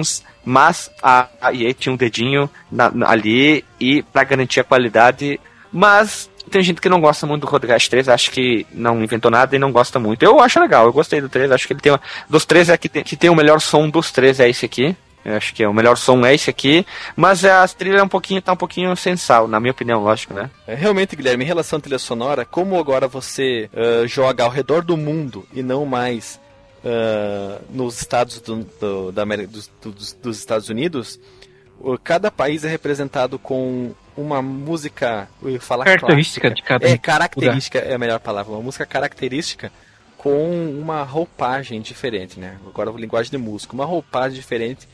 mas a EA tinha um dedinho ali e para garantir a qualidade, mas tem gente que não gosta muito do Road Rash 3, acha que não inventou nada e não gosta muito. Eu acho legal, eu gostei do 3, acho que ele tem dos três que tem o melhor som dos três é esse aqui. Eu acho que o melhor som é esse aqui, mas a trilha tá um pouquinho sem sal, na minha opinião, lógico, né? Realmente, Guilherme, em relação à trilha sonora, como agora você joga ao redor do mundo e não mais nos estados dos Estados Unidos, cada país é representado com uma música, eu ia falar característica clássica. de cada Característica é a melhor palavra, uma música característica com uma roupagem diferente, né? Agora linguagem de música, uma roupagem diferente,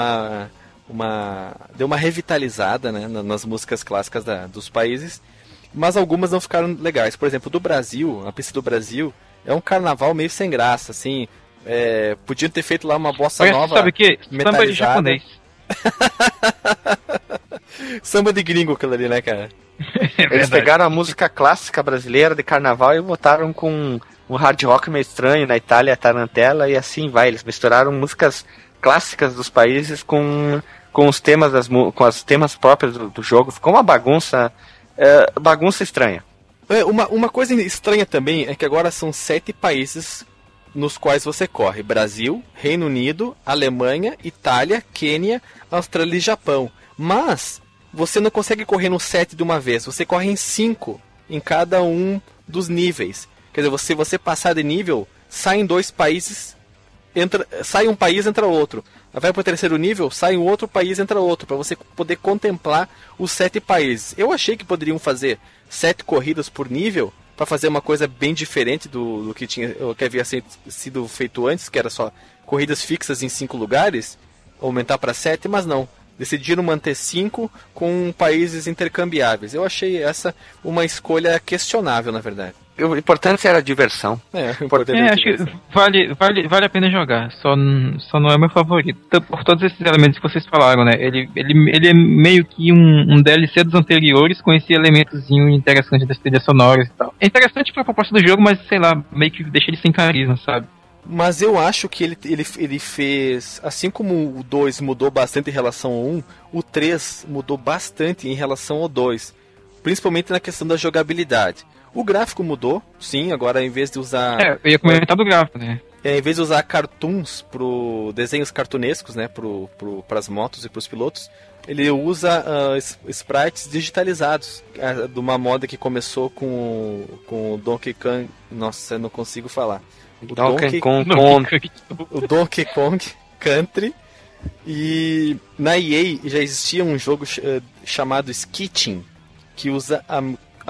deu uma revitalizada, né, nas músicas clássicas dos países, mas algumas não ficaram legais. Por exemplo, do Brasil, a pista do Brasil é um carnaval meio sem graça, assim. Podiam ter feito lá uma bossa nova. Sabe o que? Samba de japonês. Samba de gringo aquilo ali, né, cara? Eles pegaram a música clássica brasileira de carnaval e botaram com um hard rock meio estranho na Itália, a tarantela, e assim vai. Eles misturaram músicas clássicas dos países com os temas com os temas próprios do jogo. Ficou uma bagunça estranha. Uma coisa estranha também é que agora são 7 países nos quais você corre: Brasil, Reino Unido, Alemanha, Itália, Quênia, Austrália e Japão. Mas você não consegue correr no 7 de uma vez, você corre em 5 em cada um dos níveis. Quer dizer, se você passar de nível, saem 2 países, sai um país, entra outro. Vai para o 3º nível, sai um outro país, entra outro, para você poder contemplar os 7 países. Eu achei que poderiam fazer 7 corridas por nível, para fazer uma coisa bem diferente do que havia sido feito antes, que era só corridas fixas em 5 lugares, aumentar para 7, mas não. Decidiram manter 5 com países intercambiáveis. Eu achei essa uma escolha questionável, na verdade. O importante era a diversão. Acho que vale a pena jogar. Só não é meu favorito. Por todos esses elementos que vocês falaram, né? Ele é meio que um DLC dos anteriores com esse elementozinho interessante das trilhas sonoras e tal. É interessante pra proposta do jogo, mas sei lá, meio que deixa ele sem carisma, sabe? Mas eu acho que ele fez, assim como o 2 mudou bastante em relação ao 1, o 3 mudou bastante em relação ao 2. Principalmente na questão da jogabilidade. O gráfico mudou, sim, agora em vez de usar... eu ia comentar do gráfico, né? Em vez de usar cartoons, desenhos cartunescos, né, para as motos e para os pilotos, ele usa sprites digitalizados, de uma moda que começou com o Donkey Kong... Nossa, eu não consigo falar. O Donkey Kong Country. E na EA já existia um jogo chamado Skitting, que usa o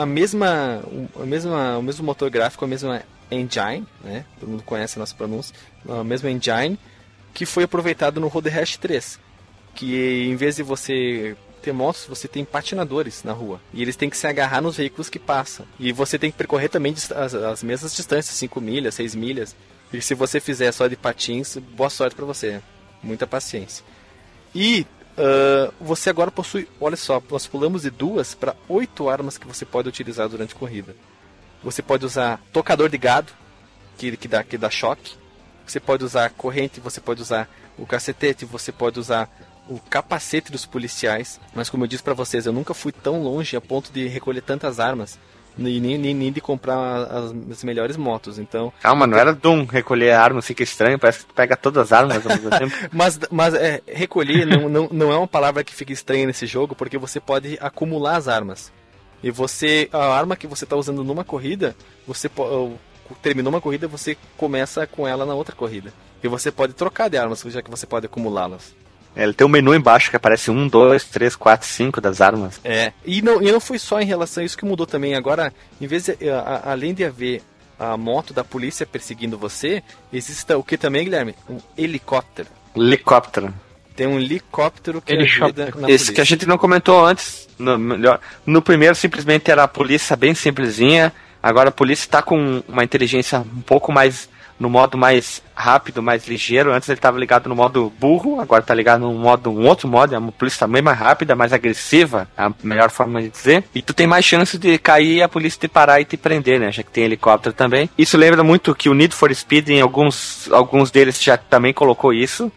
mesmo motor gráfico, a mesma engine, né? Todo mundo conhece a nossa pronúncia, a mesma engine, que foi aproveitado no Road Rash 3, que em vez de você ter motos, você tem patinadores na rua, e eles têm que se agarrar nos veículos que passam, e você tem que percorrer também as mesmas distâncias, 5 milhas, 6 milhas, e se você fizer só de patins, boa sorte para você, muita paciência. E você agora possui, olha só, nós pulamos de 2 para 8 armas que você pode utilizar durante a corrida. Você pode usar tocador de gado, que dá choque. Você pode usar corrente, você pode usar o cacetete, você pode usar o capacete dos policiais. Mas como eu disse para vocês, eu nunca fui tão longe a ponto de recolher tantas armas. E nem de comprar as melhores motos, então... Calma, não era Doom recolher armas, fica estranho, parece que tu pega todas as armas ao mesmo tempo. Mas recolher não é uma palavra que fica estranha nesse jogo, porque você pode acumular as armas. E a arma que você está usando numa corrida, terminou uma corrida, você começa com ela na outra corrida. E você pode trocar de armas, já que você pode acumulá-las. Ele tem um menu embaixo que aparece 1, 2, 3, 4, 5 das armas. E não foi só em relação a isso que mudou também. Agora, em vez de, além de haver a moto da polícia perseguindo você, existe o que também, Guilherme? Um helicóptero. Tem um helicóptero que ajuda na polícia. Esse que a gente não comentou antes. No primeiro simplesmente era a polícia bem simplesinha. Agora a polícia está com uma inteligência um pouco mais... no modo mais rápido, mais ligeiro. Antes ele estava ligado no modo burro, agora está ligado no modo, um outro modo, é uma polícia também mais rápida, mais agressiva, é a melhor forma de dizer. E tu tem mais chance de cair e a polícia te parar e te prender, né? Já que tem helicóptero também. Isso lembra muito que o Need for Speed, em alguns deles já também colocou isso.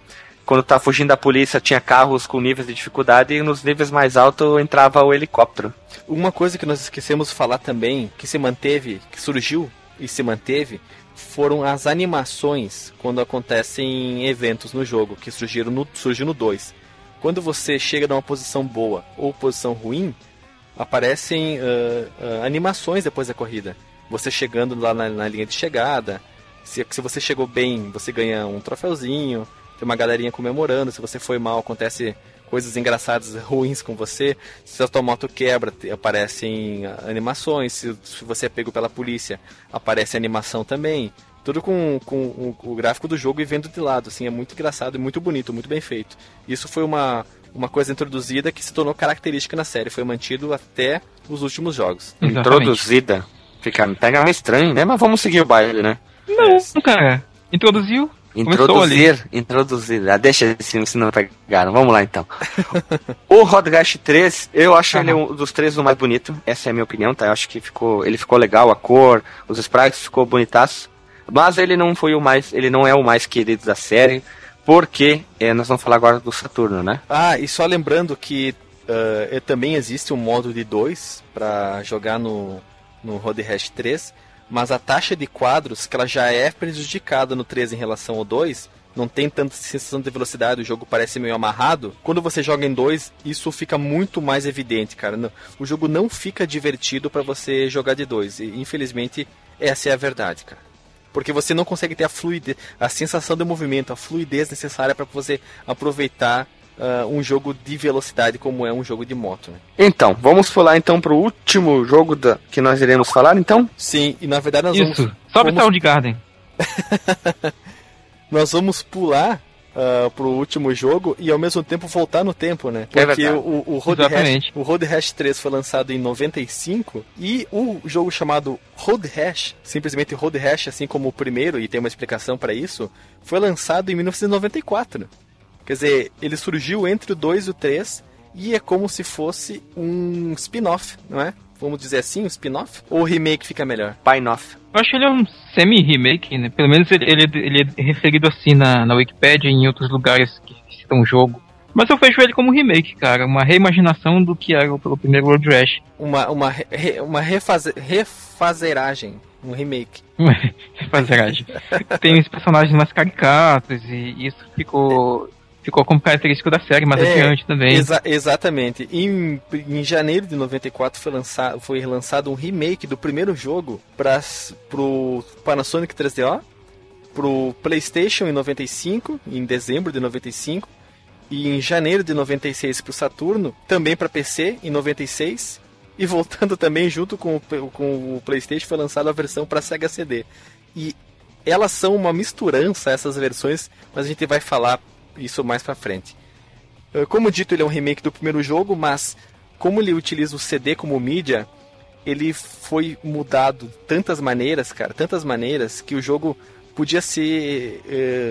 quando tá fugindo da polícia tinha carros com níveis de dificuldade e nos níveis mais altos entrava o helicóptero. Uma coisa que nós esquecemos de falar também, que se manteve, que surgiu e se manteve, foram as animações quando acontecem eventos no jogo, que surgiu no 2. Quando você chega numa posição boa ou posição ruim, aparecem animações depois da corrida. Você chegando lá na linha de chegada, se você chegou bem, você ganha um troféuzinho, tem uma galerinha comemorando, se você foi mal, acontece coisas engraçadas, ruins com você, se a tua moto quebra, aparecem animações, se você é pego pela polícia, aparece animação também, tudo com o gráfico do jogo e vendo de lado, assim, é muito engraçado e muito bonito, muito bem feito. Isso foi uma coisa introduzida que se tornou característica na série, foi mantido até os últimos jogos. Exatamente. Introduzida, pega meio estranho, né? Mas vamos seguir o baile, né? Não, cara, introduziu. Introduzir. Deixa se não pegaram. Vamos lá então. O Road Rash 3, eu acho ele um dos três o mais bonito. Essa é a minha opinião, tá? Eu acho que ele ficou legal, a cor, os sprites ficou bonitaço. Mas ele não foi o mais, ele não é o mais querido da série, porque nós vamos falar agora do Saturno, né? E só lembrando que também existe um modo de 2 para jogar no Road Rash 3. Mas a taxa de quadros, que ela já é prejudicada no 3 em relação ao 2, não tem tanta sensação de velocidade, o jogo parece meio amarrado. Quando você joga em 2, isso fica muito mais evidente, cara. O jogo não fica divertido para você jogar de 2. E, infelizmente, essa é a verdade, cara. Porque você não consegue ter a sensação de movimento, a fluidez necessária para você aproveitar um jogo de velocidade como é um jogo de moto, né? Então, vamos pular então pro último jogo que nós iremos falar, então? Sim, e na verdade nós Sobe o Soundgarden. Nós vamos pular pro último jogo e ao mesmo tempo voltar no tempo, né? Porque o Road Rash 3 foi lançado em 95 e o jogo chamado Road Rash, simplesmente Road Rash, assim como o primeiro, e tem uma explicação para isso, foi lançado em 1994. Quer dizer, ele surgiu entre o 2 e o 3 e é como se fosse um spin-off, não é? Vamos dizer assim, um spin-off? Ou o remake fica melhor? Spin-off. Eu acho que ele é um semi-remake, né? Pelo menos ele é referido assim na Wikipedia e em outros lugares que citam o jogo. Mas eu vejo ele como um remake, cara. Uma reimaginação do que era o primeiro Road Rash. Uma refazeragem. Um remake. Refazeragem. Tem os personagens mais caricatos e isso ficou como característico da série mais adiante também. Exatamente. Em janeiro de 94 foi lançado um remake do primeiro jogo pro Panasonic 3DO, pro PlayStation em 95, em dezembro de 95, e em janeiro de 96 pro Saturno, também para PC em 96, e voltando também junto com o PlayStation foi lançada a versão para Sega CD. E elas são uma misturança, essas versões, mas a gente vai falar isso mais pra frente. Como dito, ele é um remake do primeiro jogo, mas como ele utiliza o CD como mídia, ele foi mudado de tantas maneiras, cara, que o jogo podia ser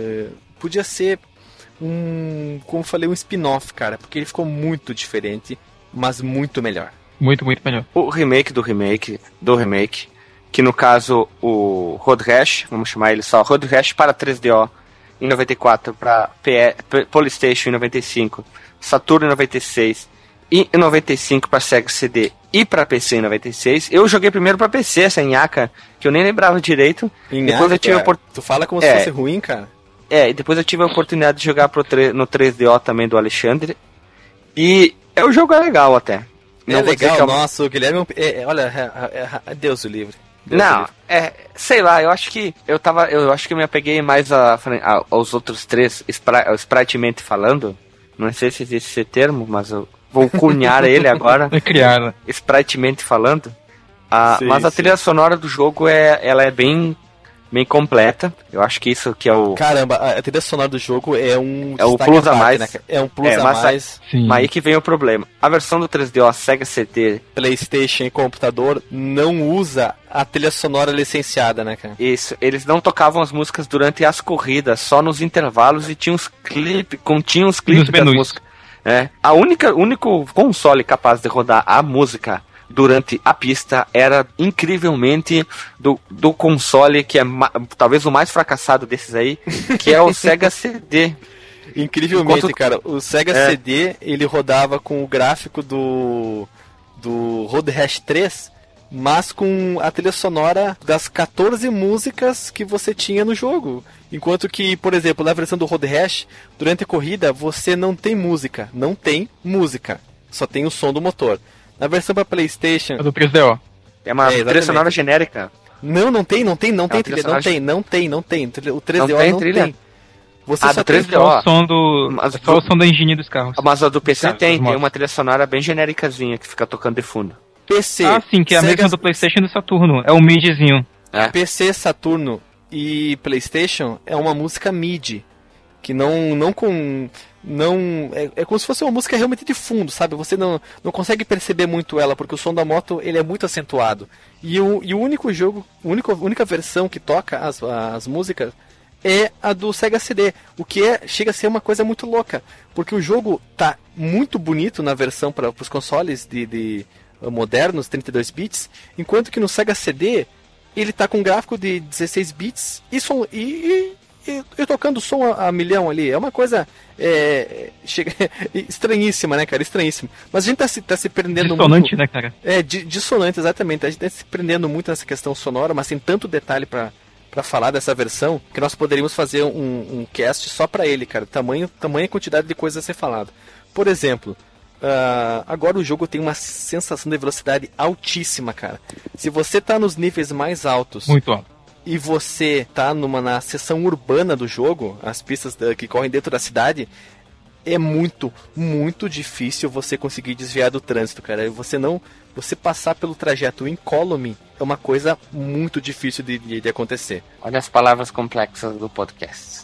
como eu falei, um spin-off, cara, porque ele ficou muito diferente, mas muito melhor. Muito, muito melhor. O remake do remake, que no caso o Road Rash, vamos chamar ele só Road Rash para 3DO em 94, para PlayStation em 95, Saturno em 96 e em 95 para Sega CD e para PC em 96. Eu joguei primeiro para PC essa Inhaca, que eu nem lembrava direito. Depois eu tive Tu fala como se fosse ruim, cara. E depois eu tive a oportunidade de jogar no 3DO também do Alexandre. E o jogo é legal até. Não legal, nossa, o Guilherme olha, Deus o livre. Sei lá, eu acho que eu me apeguei mais aos outros três, spritemente falando. Não sei se existe esse termo, mas eu vou cunhar ele agora. É criado. Spritemente falando. Mas a trilha sonora do jogo ela é bem completa. Eu acho que isso que é o... Caramba, a trilha sonora do jogo é o plus a mais. Né? É um plus a mais. Mas aí que vem o problema. A versão do 3DO, Sega CD, PlayStation e computador não usa a trilha sonora licenciada, né, cara? Isso, eles não tocavam as músicas durante as corridas, só nos intervalos, e tinha uns clipes das músicas. O único console capaz de rodar a música durante a pista era incrivelmente do console que é talvez o mais fracassado desses aí, que é o Sega CD. Incrivelmente, cara, o Sega CD, ele rodava com o gráfico do Road Rash 3, mas com a trilha sonora das 14 músicas que você tinha no jogo. Enquanto que, por exemplo, na versão do Road Rash, durante a corrida, você não tem música. Não tem música. Só tem o som do motor. Na versão para PlayStation... É do 3DO. É uma trilha sonora genérica. Não tem trilha. Não tem. O 3DO não tem. Você só tem só o som da engine dos carros. Mas a do PC tem uma trilha sonora bem genéricazinha que fica tocando de fundo. PC. Ah, sim, que é a mesma do PlayStation e do Saturno. É o MIDIzinho. PC, Saturno e PlayStation é uma música MIDI. Que não é como se fosse uma música realmente de fundo, sabe? Você não consegue perceber muito ela, porque o som da moto ele é muito acentuado. E o único jogo, a única versão que toca as músicas é a do Sega CD. O que chega a ser uma coisa muito louca. Porque o jogo tá muito bonito na versão para os consoles de modernos, 32 bits, enquanto que no Sega CD ele tá com gráfico de 16 bits e tocando som a milhão ali. É uma coisa estranhíssima, né, cara? Estranhíssimo. Mas a gente tá se prendendo dissonante, muito... né, cara? Dissonante, exatamente. A gente tá se prendendo muito nessa questão sonora, mas tem tanto detalhe pra falar dessa versão que nós poderíamos fazer um cast só pra ele, cara. Tamanha quantidade de coisas a ser falado. Por exemplo... agora o jogo tem uma sensação de velocidade altíssima, cara. Se você tá nos níveis mais altos, muito alto, e você tá na seção urbana do jogo, as pistas que correm dentro da cidade, é muito, muito difícil você conseguir desviar do trânsito, cara. Você passar pelo trajeto incólume é uma coisa muito difícil de acontecer. Olha as palavras complexas do podcast.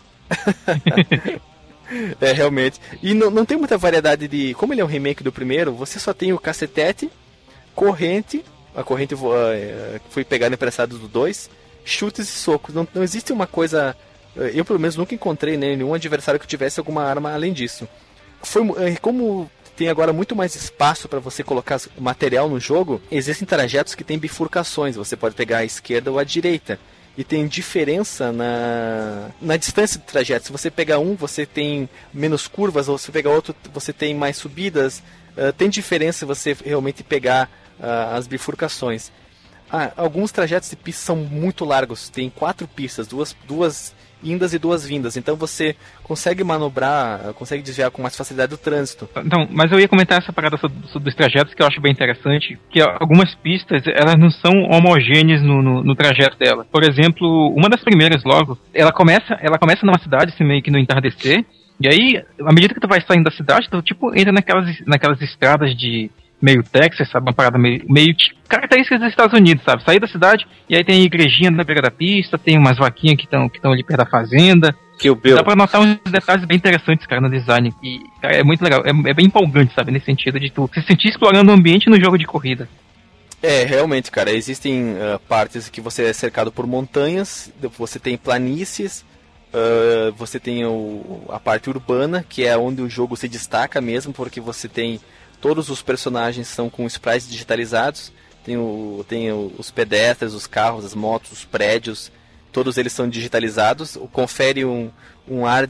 Realmente. E não tem muita variedade de... Como ele é um remake do primeiro, você só tem o cacetete, corrente... A corrente foi pegada emprestada do 2, chutes e socos. Não existe uma coisa... Eu, pelo menos, nunca encontrei nenhum adversário que tivesse alguma arma além disso. Como tem agora muito mais espaço para você colocar material no jogo, existem trajetos que tem bifurcações. Você pode pegar a esquerda ou a direita. E tem diferença na distância do trajeto. Se você pegar um, você tem menos curvas, ou se pegar outro, você tem mais subidas. Tem diferença você realmente pegar as bifurcações. Alguns trajetos de pista são muito largos. Tem 4 pistas, duas indas e 2 vindas. Então você consegue manobrar, consegue desviar com mais facilidade do trânsito. Então, mas eu ia comentar essa parada sobre os trajetos que eu acho bem interessante, que algumas pistas, elas não são homogêneas no trajeto dela. Por exemplo, uma das primeiras logo, ela começa numa cidade, assim, meio que no entardecer, e aí, à medida que tu vai saindo da cidade, tu tipo entra naquelas estradas de meio Texas, sabe? Uma parada meio características dos Estados Unidos, sabe? Sair da cidade e aí tem a igrejinha na beira da pista, tem umas vaquinhas que estão ali perto da fazenda. Dá pra notar uns detalhes bem interessantes, cara, no design. E, cara, é muito legal. É bem empolgante, sabe? Nesse sentido de tu se sentir explorando o ambiente no jogo de corrida. Realmente, cara. Existem partes que você é cercado por montanhas, você tem planícies, você tem a parte urbana, que é onde o jogo se destaca mesmo, porque você tem... Todos os personagens são com sprites digitalizados. Tem os pedestres, os carros, as motos, os prédios. Todos eles são digitalizados. Confere um ar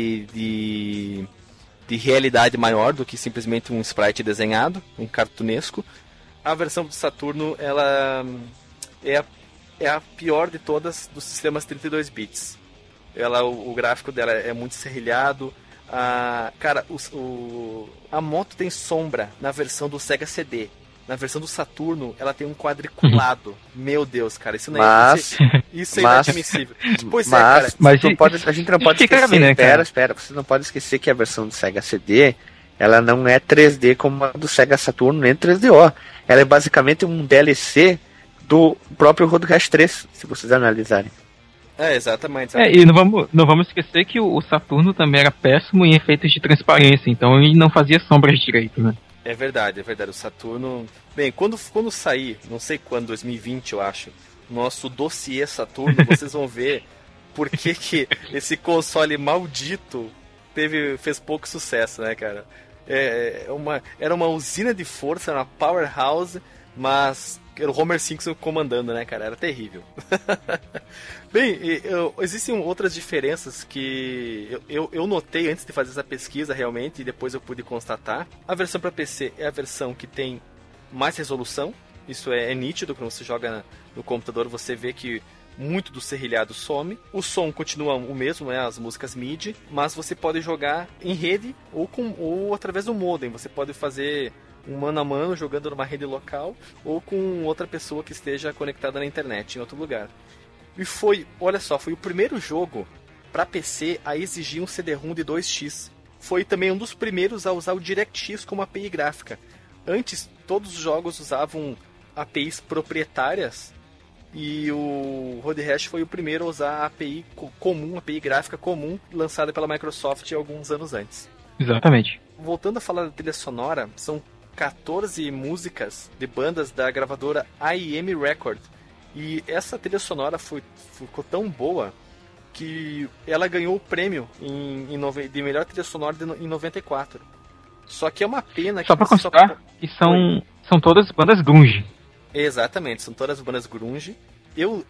de realidade maior do que simplesmente um sprite desenhado, um cartunesco. A versão do Saturno, ela é a pior de todas dos sistemas 32 bits. O gráfico dela é muito serrilhado. Cara, a moto tem sombra na versão do Sega CD. Na versão do Saturno, ela tem um quadriculado. Meu Deus, cara, isso não é inadmissível. Pois cara. Mas a gente não pode esquecer, né, espera, você não pode esquecer que a versão do Sega CD, ela não é 3D como a do Sega Saturno, nem 3DO. Ela é basicamente um DLC do próprio Road Rash 3, se vocês analisarem. Exatamente. E não vamos esquecer que o Saturno também era péssimo em efeitos de transparência, então ele não fazia sombras direito, né? É verdade. O Saturno... Bem, quando sair, não sei quando, 2020 eu acho, nosso dossiê Saturno, vocês vão ver por que esse console maldito fez pouco sucesso, né, cara? Era uma usina de força, era uma powerhouse, Mas era o Homer Simpson comandando, né, cara? Era terrível. Bem, existem outras diferenças que eu notei antes de fazer essa pesquisa realmente, e depois eu pude constatar. A versão para PC é a versão que tem mais resolução. Isso é nítido, quando você joga no computador você vê que muito do serrilhado some. O som continua o mesmo, né, as músicas MIDI, mas você pode jogar em rede ou através do modem. Você pode fazer um mano a mano jogando numa rede local ou com outra pessoa que esteja conectada na internet em outro lugar. E olha só, foi o primeiro jogo para PC a exigir um CD-ROM de 2x. Foi também um dos primeiros a usar o DirectX como API gráfica. Antes, todos os jogos usavam APIs proprietárias e o Road Rash foi o primeiro a usar a API comum, API gráfica comum, lançada pela Microsoft alguns anos antes. Exatamente. Voltando a falar da trilha sonora, são 14 músicas de bandas da gravadora IEM Record. E essa trilha sonora ficou tão boa que ela ganhou o prêmio de melhor trilha sonora em 94. Só que é uma pena que... Só pra constar que são todas bandas grunge. Exatamente, são todas bandas grunge. Eu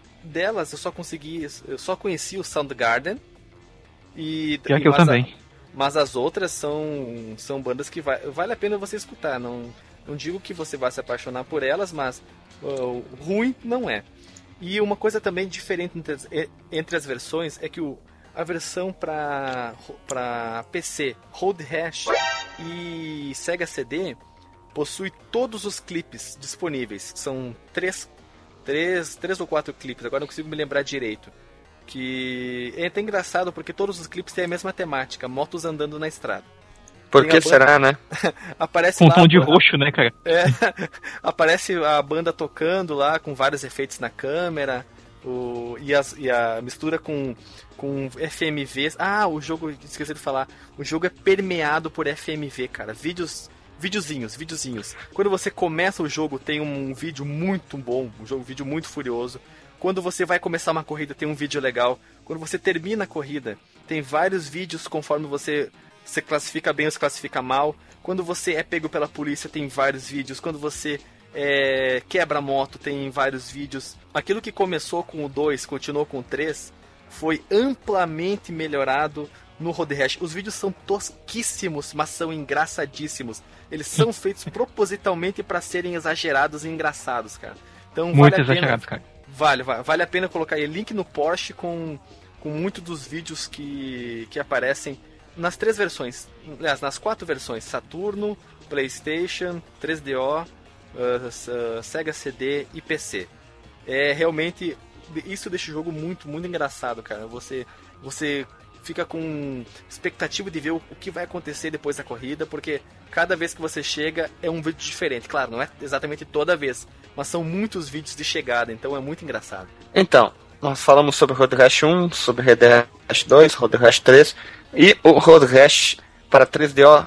só conheci o Soundgarden. Pior que eu também. Mas as outras são bandas que vale a pena você escutar. Não digo que você vai se apaixonar por elas, mas ruim não é. E uma coisa também diferente entre as versões é que a versão para PC, Road Rash e Sega CD possui todos os clipes disponíveis. São três ou 4 clipes, agora não consigo me lembrar direito. Que é até engraçado porque todos os clipes têm a mesma temática, motos andando na estrada. Por que será, né? Aparece com lá, um tom de roxo, né, cara? Aparece a banda tocando lá, com vários efeitos na câmera, e a mistura com FMVs. O jogo, esqueci de falar, o jogo é permeado por FMV, cara. Videozinhos. Quando você começa o jogo, tem um vídeo muito bom, um vídeo muito furioso. Quando você vai começar uma corrida, tem um vídeo legal. Quando você termina a corrida, tem vários vídeos conforme você classifica bem ou se classifica mal. Quando você é pego pela polícia, tem vários vídeos. Quando você quebra a moto, tem vários vídeos. Aquilo que começou com o 2, continuou com o 3, foi amplamente melhorado no Road Rash. Os vídeos são tosquíssimos, mas são engraçadíssimos. Eles são feitos propositalmente para serem exagerados e engraçados, cara. Então, muito exagerados, cara. Vale a pena colocar aí link no Porsche com muitos dos vídeos que aparecem nas 3 versões. Aliás, nas 4 versões: Saturno, PlayStation, 3DO, Sega CD e PC. Realmente, isso deixa o jogo muito, muito engraçado, cara. Você fica com expectativa de ver o que vai acontecer depois da corrida, porque cada vez que você chega é um vídeo diferente. Claro, não é exatamente toda vez, mas são muitos vídeos de chegada, então é muito engraçado. Então, nós falamos sobre Road Rash 1, sobre Road Rash 2, Road Rash 3 e o Road Rash para 3DO,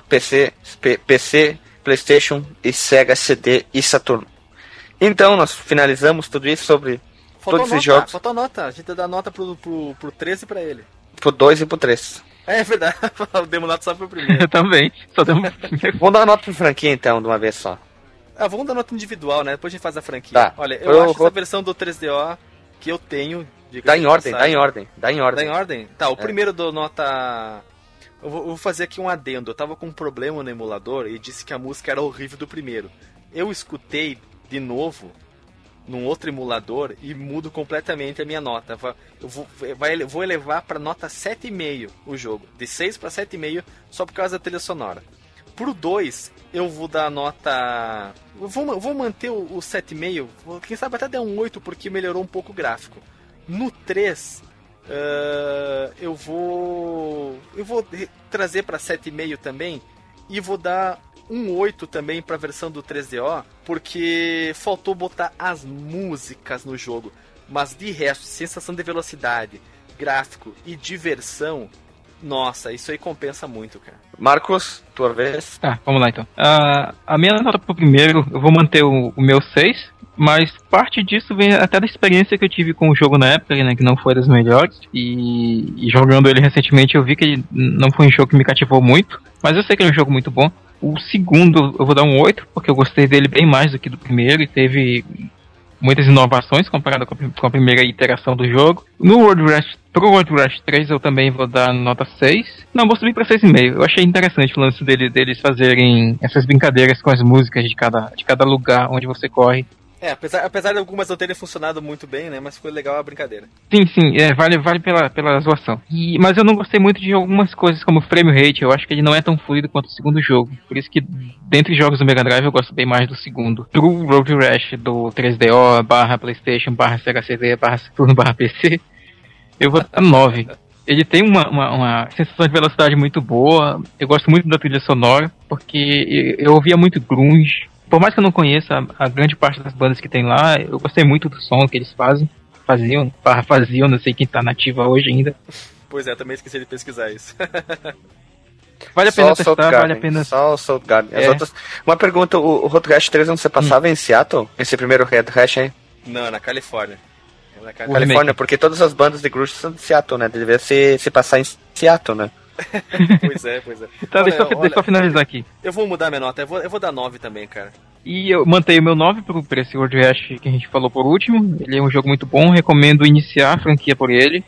PC, PlayStation e Sega CD e Saturno. Então, nós finalizamos tudo isso sobre todos esses jogos. Faltou nota, a gente dá nota pro 13 pra ele. Pro 2 e pro 3. É verdade, demos nota só pro primeiro. Eu também, só demos pro primeiro. Vamos dar nota pro franquia então, de uma vez só. Vamos dar nota individual, né? Depois a gente faz a franquia. Tá. Olha, eu acho essa versão do 3DO que eu tenho... Dá em ordem. Tá, o primeiro do nota... Eu vou fazer aqui um adendo. Eu tava com um problema no emulador e disse que a música era horrível do primeiro. Eu escutei de novo num outro emulador e mudo completamente a minha nota. Eu vou elevar para nota 7,5 o jogo. De 6 para 7,5 só por causa da trilha sonora. Pro 2, eu vou dar nota... Vou manter o 7,5. Quem sabe até dar um 8 porque melhorou um pouco o gráfico. No 3, eu vou trazer para 7,5 também e vou dar um 8 também para a versão do 3DO, porque faltou botar as músicas no jogo. Mas de resto, sensação de velocidade, gráfico e diversão, nossa, isso aí compensa muito, cara. Marcos, tua vez. Tá, vamos lá então. A minha nota pro primeiro, eu vou manter o meu 6, Mas parte disso vem até da experiência que eu tive com o jogo na época, né, que não foi das melhores. E jogando ele recentemente eu vi que ele não foi um jogo que me cativou muito. Mas eu sei que é um jogo muito bom. O segundo eu vou dar um 8, porque eu gostei dele bem mais do que do primeiro. E teve muitas inovações comparado com a primeira iteração do jogo. Pro World Rush 3 eu também vou dar nota 6. Não, vou subir pra 6,5. Eu achei interessante o lance deles fazerem essas brincadeiras com as músicas de cada lugar onde você corre. Apesar de algumas não terem funcionado muito bem, né? Mas foi legal a brincadeira. Sim, vale pela zoação. Mas eu não gostei muito de algumas coisas como o frame rate. Eu acho que ele não é tão fluido quanto o segundo jogo. Por isso que, dentre jogos do Mega Drive, eu gosto bem mais do segundo. Pro Road Rash do 3DO, /PlayStation, /Sega CD, /Saturno, /PC, eu vou dar 9. Ele tem uma sensação de velocidade muito boa. Eu gosto muito da trilha sonora, porque eu ouvia muito grunge. Por mais que eu não conheça a grande parte das bandas que tem lá, eu gostei muito do som que eles faziam, não sei quem tá nativa hoje ainda. Pois é, também esqueci de pesquisar isso. Vale a pena testar, vale a pena... Só o Salt Garden. Uma pergunta, o Road Rash 3 não se passava em Seattle? Esse primeiro Red Rash aí? Não, na Califórnia. Califórnia, porque todas as bandas de grunge são de Seattle, né? Deveria se passar em Seattle, né? Pois é. Tá, deixa eu finalizar aqui. Eu vou mudar minha nota, eu vou dar 9 também, cara. E eu mantenho o meu 9 pra esse World Rash que a gente falou por último. Ele é um jogo muito bom, recomendo iniciar a franquia por ele.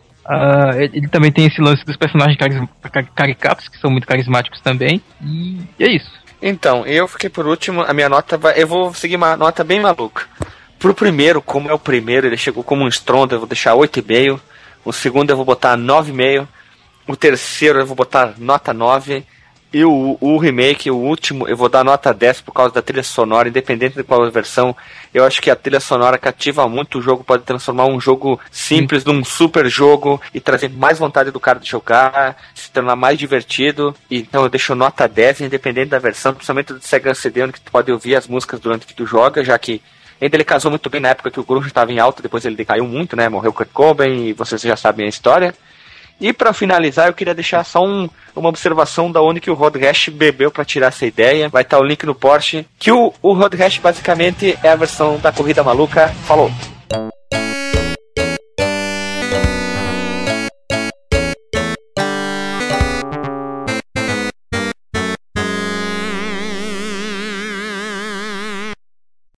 Ele também tem esse lance dos personagens caricatos, que são muito carismáticos também. E é isso. Então, eu fiquei por último, a minha nota eu vou seguir uma nota bem maluca. Pro primeiro, como é o primeiro, ele chegou como um estrondo, eu vou deixar 8,5. O segundo eu vou botar 9,5. O terceiro eu vou botar nota 9. E o remake, o último, eu vou dar nota 10 por causa da trilha sonora, independente de qual versão. Eu acho que a trilha sonora cativa muito o jogo, pode transformar um jogo simples num super jogo e trazer mais vontade do cara de jogar, se tornar mais divertido. Então eu deixo nota 10, independente da versão, principalmente do Sega CD, onde tu pode ouvir as músicas durante que tu joga, já que ainda ele casou muito bem na época que o grunge estava em alta, depois ele decaiu muito, né? Morreu Kurt Cobain e vocês já sabem a história. E para finalizar, eu queria deixar só uma observação da onde que o Road Rash bebeu para tirar essa ideia. Vai estar o link no Porsche, que o Road Rash basicamente é a versão da Corrida Maluca. Falou!